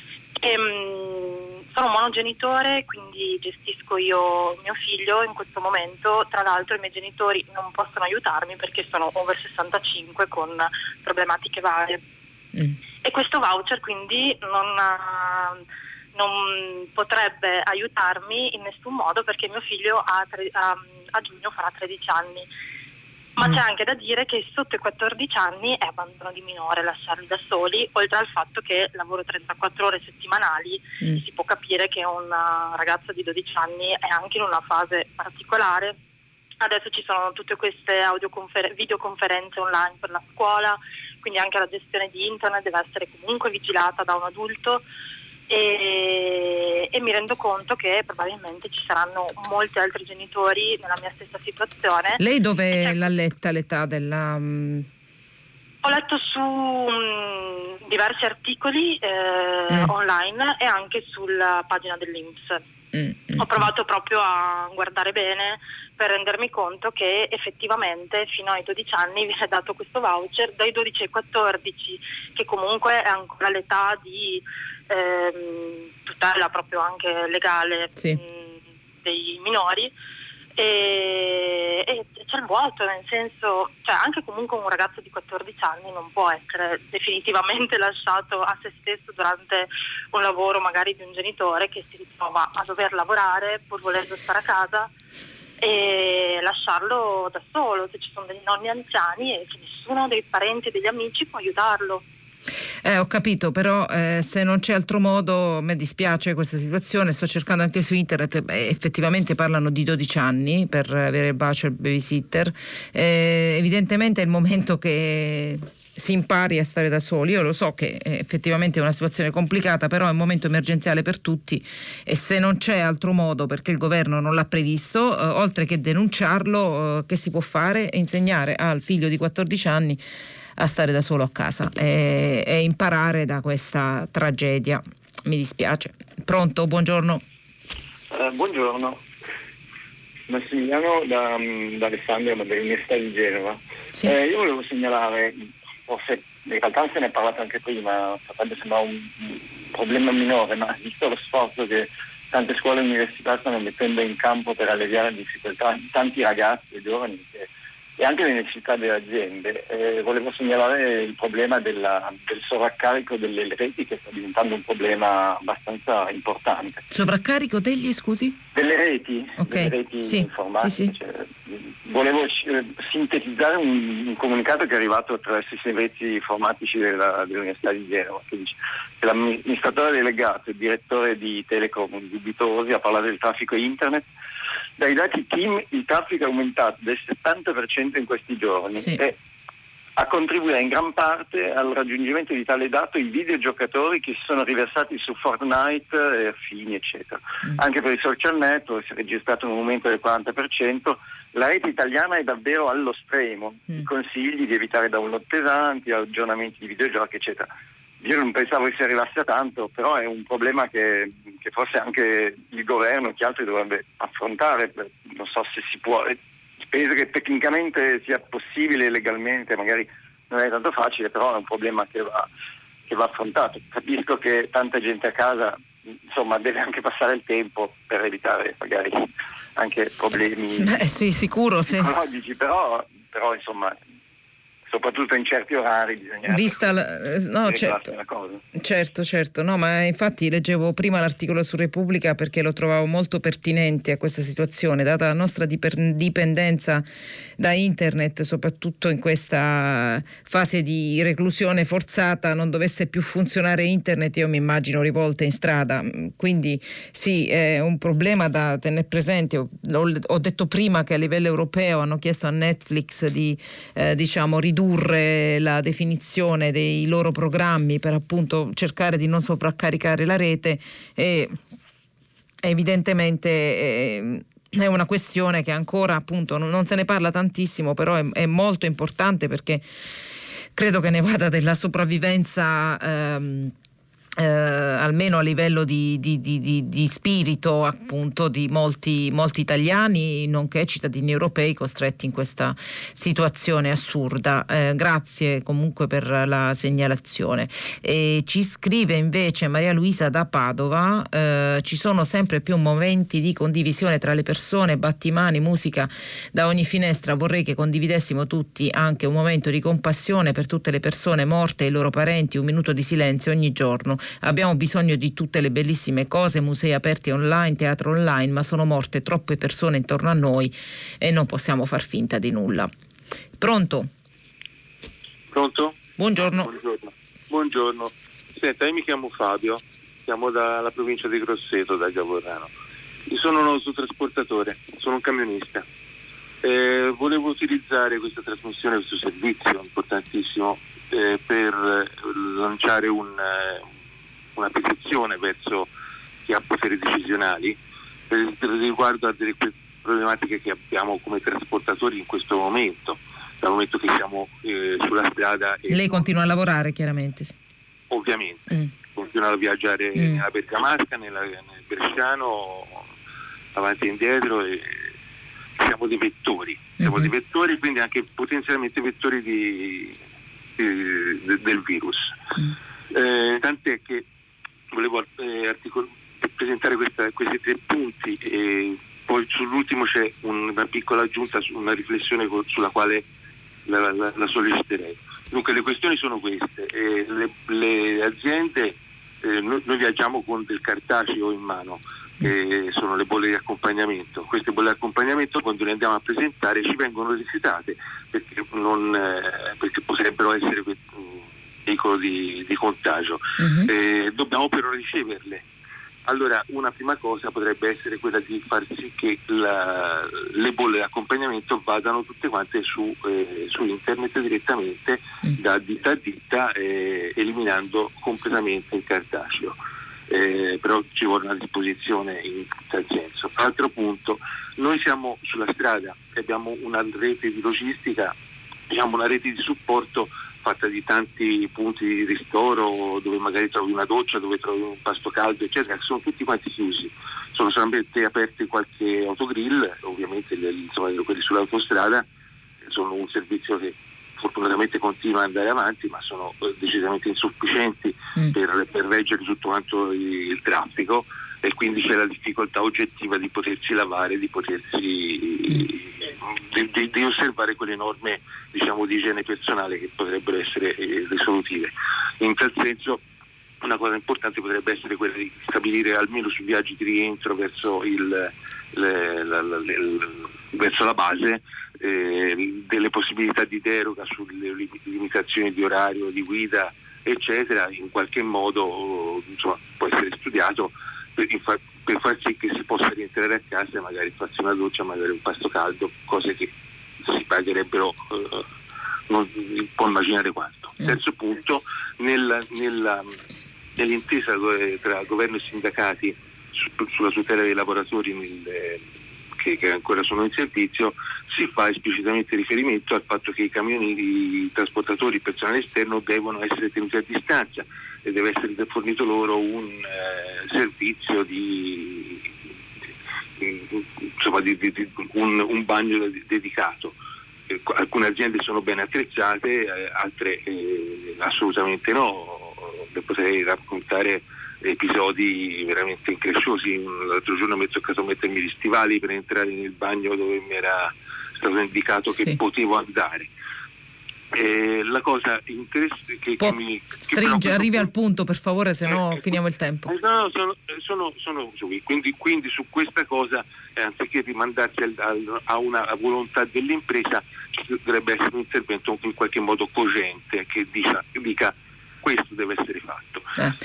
Sono monogenitore, quindi gestisco io mio figlio in questo momento. Tra l'altro i miei genitori non possono aiutarmi perché sono over 65 con problematiche varie. E questo voucher quindi non potrebbe aiutarmi in nessun modo perché mio figlio a giugno farà 13 anni. Ma c'è anche da dire che sotto i 14 anni è abbandono di minore lasciarli da soli, oltre al fatto che lavoro 34 ore settimanali e si può capire che una ragazza di 12 anni è anche in una fase particolare. Adesso ci sono tutte queste videoconferenze online per la scuola, quindi anche la gestione di internet deve essere comunque vigilata da un adulto. E mi rendo conto che probabilmente ci saranno molti altri genitori nella mia stessa situazione. Lei dove l'ha letta l'età della... Ho letto su diversi articoli online e anche sulla pagina dell'INPS. Ho provato proprio a guardare bene per rendermi conto che effettivamente fino ai 12 anni viene dato questo voucher, dai 12 ai 14 che comunque è ancora l'età di tutela proprio anche legale dei minori, e c'è il vuoto, nel senso, cioè anche comunque un ragazzo di 14 anni non può essere definitivamente lasciato a se stesso durante un lavoro magari di un genitore che si ritrova a dover lavorare pur volendo stare a casa e lasciarlo da solo, se ci sono dei nonni anziani e che nessuno dei parenti e degli amici può aiutarlo. Ho capito, però se non c'è altro modo, mi dispiace questa situazione. Sto cercando anche su internet, effettivamente parlano di 12 anni per avere il voucher babysitter. Evidentemente è il momento che si impari a stare da soli. Io lo so che effettivamente è una situazione complicata, però è un momento emergenziale per tutti e se non c'è altro modo, perché il governo non l'ha previsto, oltre che denunciarlo, che si può fare? Insegnare al figlio di 14 anni a stare da solo a casa e imparare da questa tragedia. Mi dispiace. Pronto, buongiorno. Buongiorno, Massimiliano da Alessandria, dall'Università di Genova. Sì. Io volevo segnalare, forse in realtà se ne è parlato anche prima, potrebbe sembrare un problema minore, ma visto lo sforzo che tante scuole e università stanno mettendo in campo per alleviare le difficoltà di tanti ragazzi e giovani e anche le necessità delle aziende, volevo segnalare il problema del sovraccarico delle reti, che sta diventando un problema abbastanza importante. Sovraccarico degli, scusi? Delle reti, okay. Delle reti sì. informatiche. Sì. Cioè, volevo sintetizzare un comunicato che è arrivato attraverso i servizi informatici dell'Università di Genova, che dice che l'amministratore delegato e direttore di Telecom di Bitosi ha parlato del traffico internet. Dai dati TIM il traffico è aumentato del 70% in questi giorni e a contribuire in gran parte al raggiungimento di tale dato i videogiocatori che si sono riversati su Fortnite e affini, eccetera. Anche per i social network si è registrato un aumento del 40%. La rete italiana è davvero allo stremo, consigli di evitare download pesanti, aggiornamenti di videogiochi, eccetera. io non pensavo che si arrivasse a tanto, però è un problema che forse anche il governo e chi altri dovrebbe affrontare. Non so se si può, penso che tecnicamente sia possibile, legalmente magari non è tanto facile, però è un problema che va affrontato. Capisco che tanta gente a casa, insomma, deve anche passare il tempo per evitare magari anche problemi sicuro, psicologici, però insomma, soprattutto in certi orari bisogna certo, no, ma infatti leggevo prima l'articolo su Repubblica perché lo trovavo molto pertinente a questa situazione, data la nostra dipendenza da internet, soprattutto in questa fase di reclusione forzata. Non dovesse più funzionare internet, io mi immagino rivolte in strada, quindi sì, è un problema da tenere presente. Ho detto prima che a livello europeo hanno chiesto a Netflix di ridurre la definizione dei loro programmi per appunto cercare di non sovraccaricare la rete, e evidentemente è una questione che ancora appunto non se ne parla tantissimo, però è molto importante, perché credo che ne vada della sopravvivenza almeno a livello di spirito appunto di molti italiani, nonché cittadini europei costretti in questa situazione assurda. Grazie comunque per la segnalazione. Ci scrive invece Maria Luisa da Padova: ci sono sempre più momenti di condivisione tra le persone, battimani, musica da ogni finestra. Vorrei che condividessimo tutti anche un momento di compassione per tutte le persone morte e i loro parenti, un minuto di silenzio ogni giorno. Abbiamo bisogno di tutte le bellissime cose, musei aperti online, teatro online, ma sono morte troppe persone intorno a noi e non possiamo far finta di nulla. Pronto? Buongiorno. Senta, io mi chiamo Fabio, siamo dalla provincia di Grosseto, da Gavorrano. Io sono un autotrasportatore, sono un camionista. Volevo utilizzare questa trasmissione, questo servizio importantissimo, per lanciare una petizione verso chi ha poteri decisionali per riguardo a delle problematiche che abbiamo come trasportatori in questo momento, dal momento che siamo sulla strada. Lei continua a lavorare, chiaramente? Sì. Ovviamente, continua a viaggiare nella Bergamasca, nel Bresciano, avanti e indietro, e siamo dei vettori, dei vettori, quindi anche potenzialmente vettori del virus. Tant'è che volevo presentare questi 3 punti, e poi sull'ultimo c'è una piccola aggiunta, una riflessione sulla quale la solleciterei. Dunque le questioni sono queste: le aziende, noi viaggiamo con del cartaceo in mano, che sono le bolle di accompagnamento. Queste bolle di accompagnamento, quando le andiamo a presentare, ci vengono rifiutate perché potrebbero essere veicolo di contagio. Dobbiamo però riceverle. Allora, una prima cosa potrebbe essere quella di far sì che le bolle di accompagnamento vadano tutte quante su internet direttamente, da ditta a ditta, eliminando completamente il cartaceo. Però ci vuole una disposizione in tal senso. Altro punto: noi siamo sulla strada e abbiamo una rete di logistica, una rete di supporto fatta di tanti punti di ristoro, dove magari trovi una doccia, dove trovi un pasto caldo, eccetera, che sono tutti quanti chiusi. Sono solamente aperti qualche autogrill, ovviamente quelli sull'autostrada sono un servizio che fortunatamente continua ad andare avanti, ma sono decisamente insufficienti per reggere tutto quanto il traffico, e quindi c'è la difficoltà oggettiva di potersi lavare, di osservare quelle norme, di igiene personale, che potrebbero essere risolutive. In tal senso, una cosa importante potrebbe essere quella di stabilire, almeno sui viaggi di rientro verso verso la base, delle possibilità di deroga sulle limitazioni di orario, di guida, eccetera. In qualche modo può essere studiato per far sì che si possa rientrare a casa e magari farsi una doccia, magari un pasto caldo, cose che si pagherebbero, non può immaginare quanto. Terzo punto: nell'intesa tra governo e sindacati sulla tutela dei lavoratori che ancora sono in servizio, si fa esplicitamente riferimento al fatto che i trasportatori, il personale esterno, devono essere tenuti a distanza. deve essere fornito loro un servizio un bagno dedicato. Alcune aziende sono ben attrezzate, altre assolutamente no. Potrei raccontare episodi veramente incresciosi. L'altro giorno mi è toccato mettermi gli stivali per entrare nel bagno dove mi era stato indicato che potevo andare. La cosa interessante che mi stringe, arrivi al punto per favore, se no finiamo il tempo. No, sono quindi su questa cosa, anziché rimandarsi a una volontà dell'impresa, dovrebbe essere un intervento in qualche modo cogente che dica questo deve essere fatto.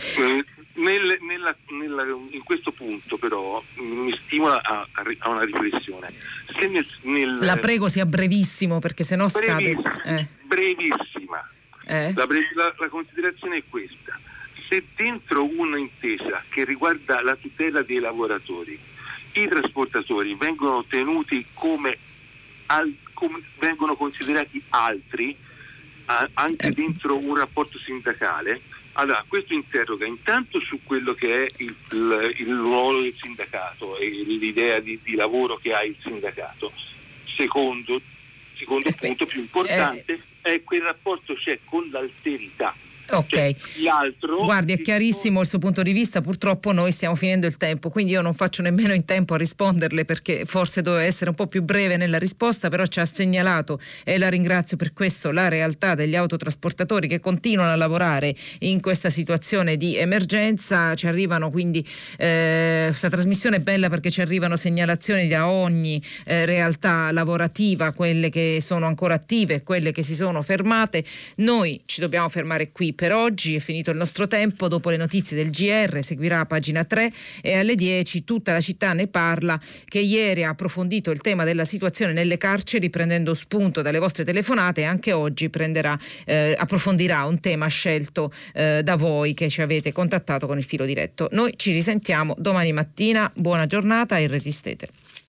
In questo punto però mi stimola a una riflessione. La prego sia brevissimo, perché sennò scade. Brevissima. La considerazione è questa: se dentro un'intesa che riguarda la tutela dei lavoratori i trasportatori vengono tenuti come vengono considerati altri anche dentro un rapporto sindacale, allora questo interroga intanto su quello che è il ruolo del sindacato e l'idea di lavoro che ha il sindacato. Secondo punto più importante è quel rapporto c'è con l'alterità. Ok, l'altro, guardi, è chiarissimo il suo punto di vista. Purtroppo noi stiamo finendo il tempo, quindi io non faccio nemmeno in tempo a risponderle, perché forse doveva essere un po' più breve nella risposta, però ci ha segnalato, e la ringrazio per questo, la realtà degli autotrasportatori che continuano a lavorare in questa situazione di emergenza. Ci arrivano quindi questa trasmissione è bella perché ci arrivano segnalazioni da ogni realtà lavorativa, quelle che sono ancora attive e quelle che si sono fermate. Noi ci dobbiamo fermare qui per oggi, è finito il nostro tempo. Dopo le notizie del GR seguirà Pagina 3 e alle 10 Tutta la città ne parla, che ieri ha approfondito il tema della situazione nelle carceri prendendo spunto dalle vostre telefonate, e anche oggi approfondirà un tema scelto da voi che ci avete contattato con il filo diretto. Noi ci risentiamo domani mattina, buona giornata e resistete.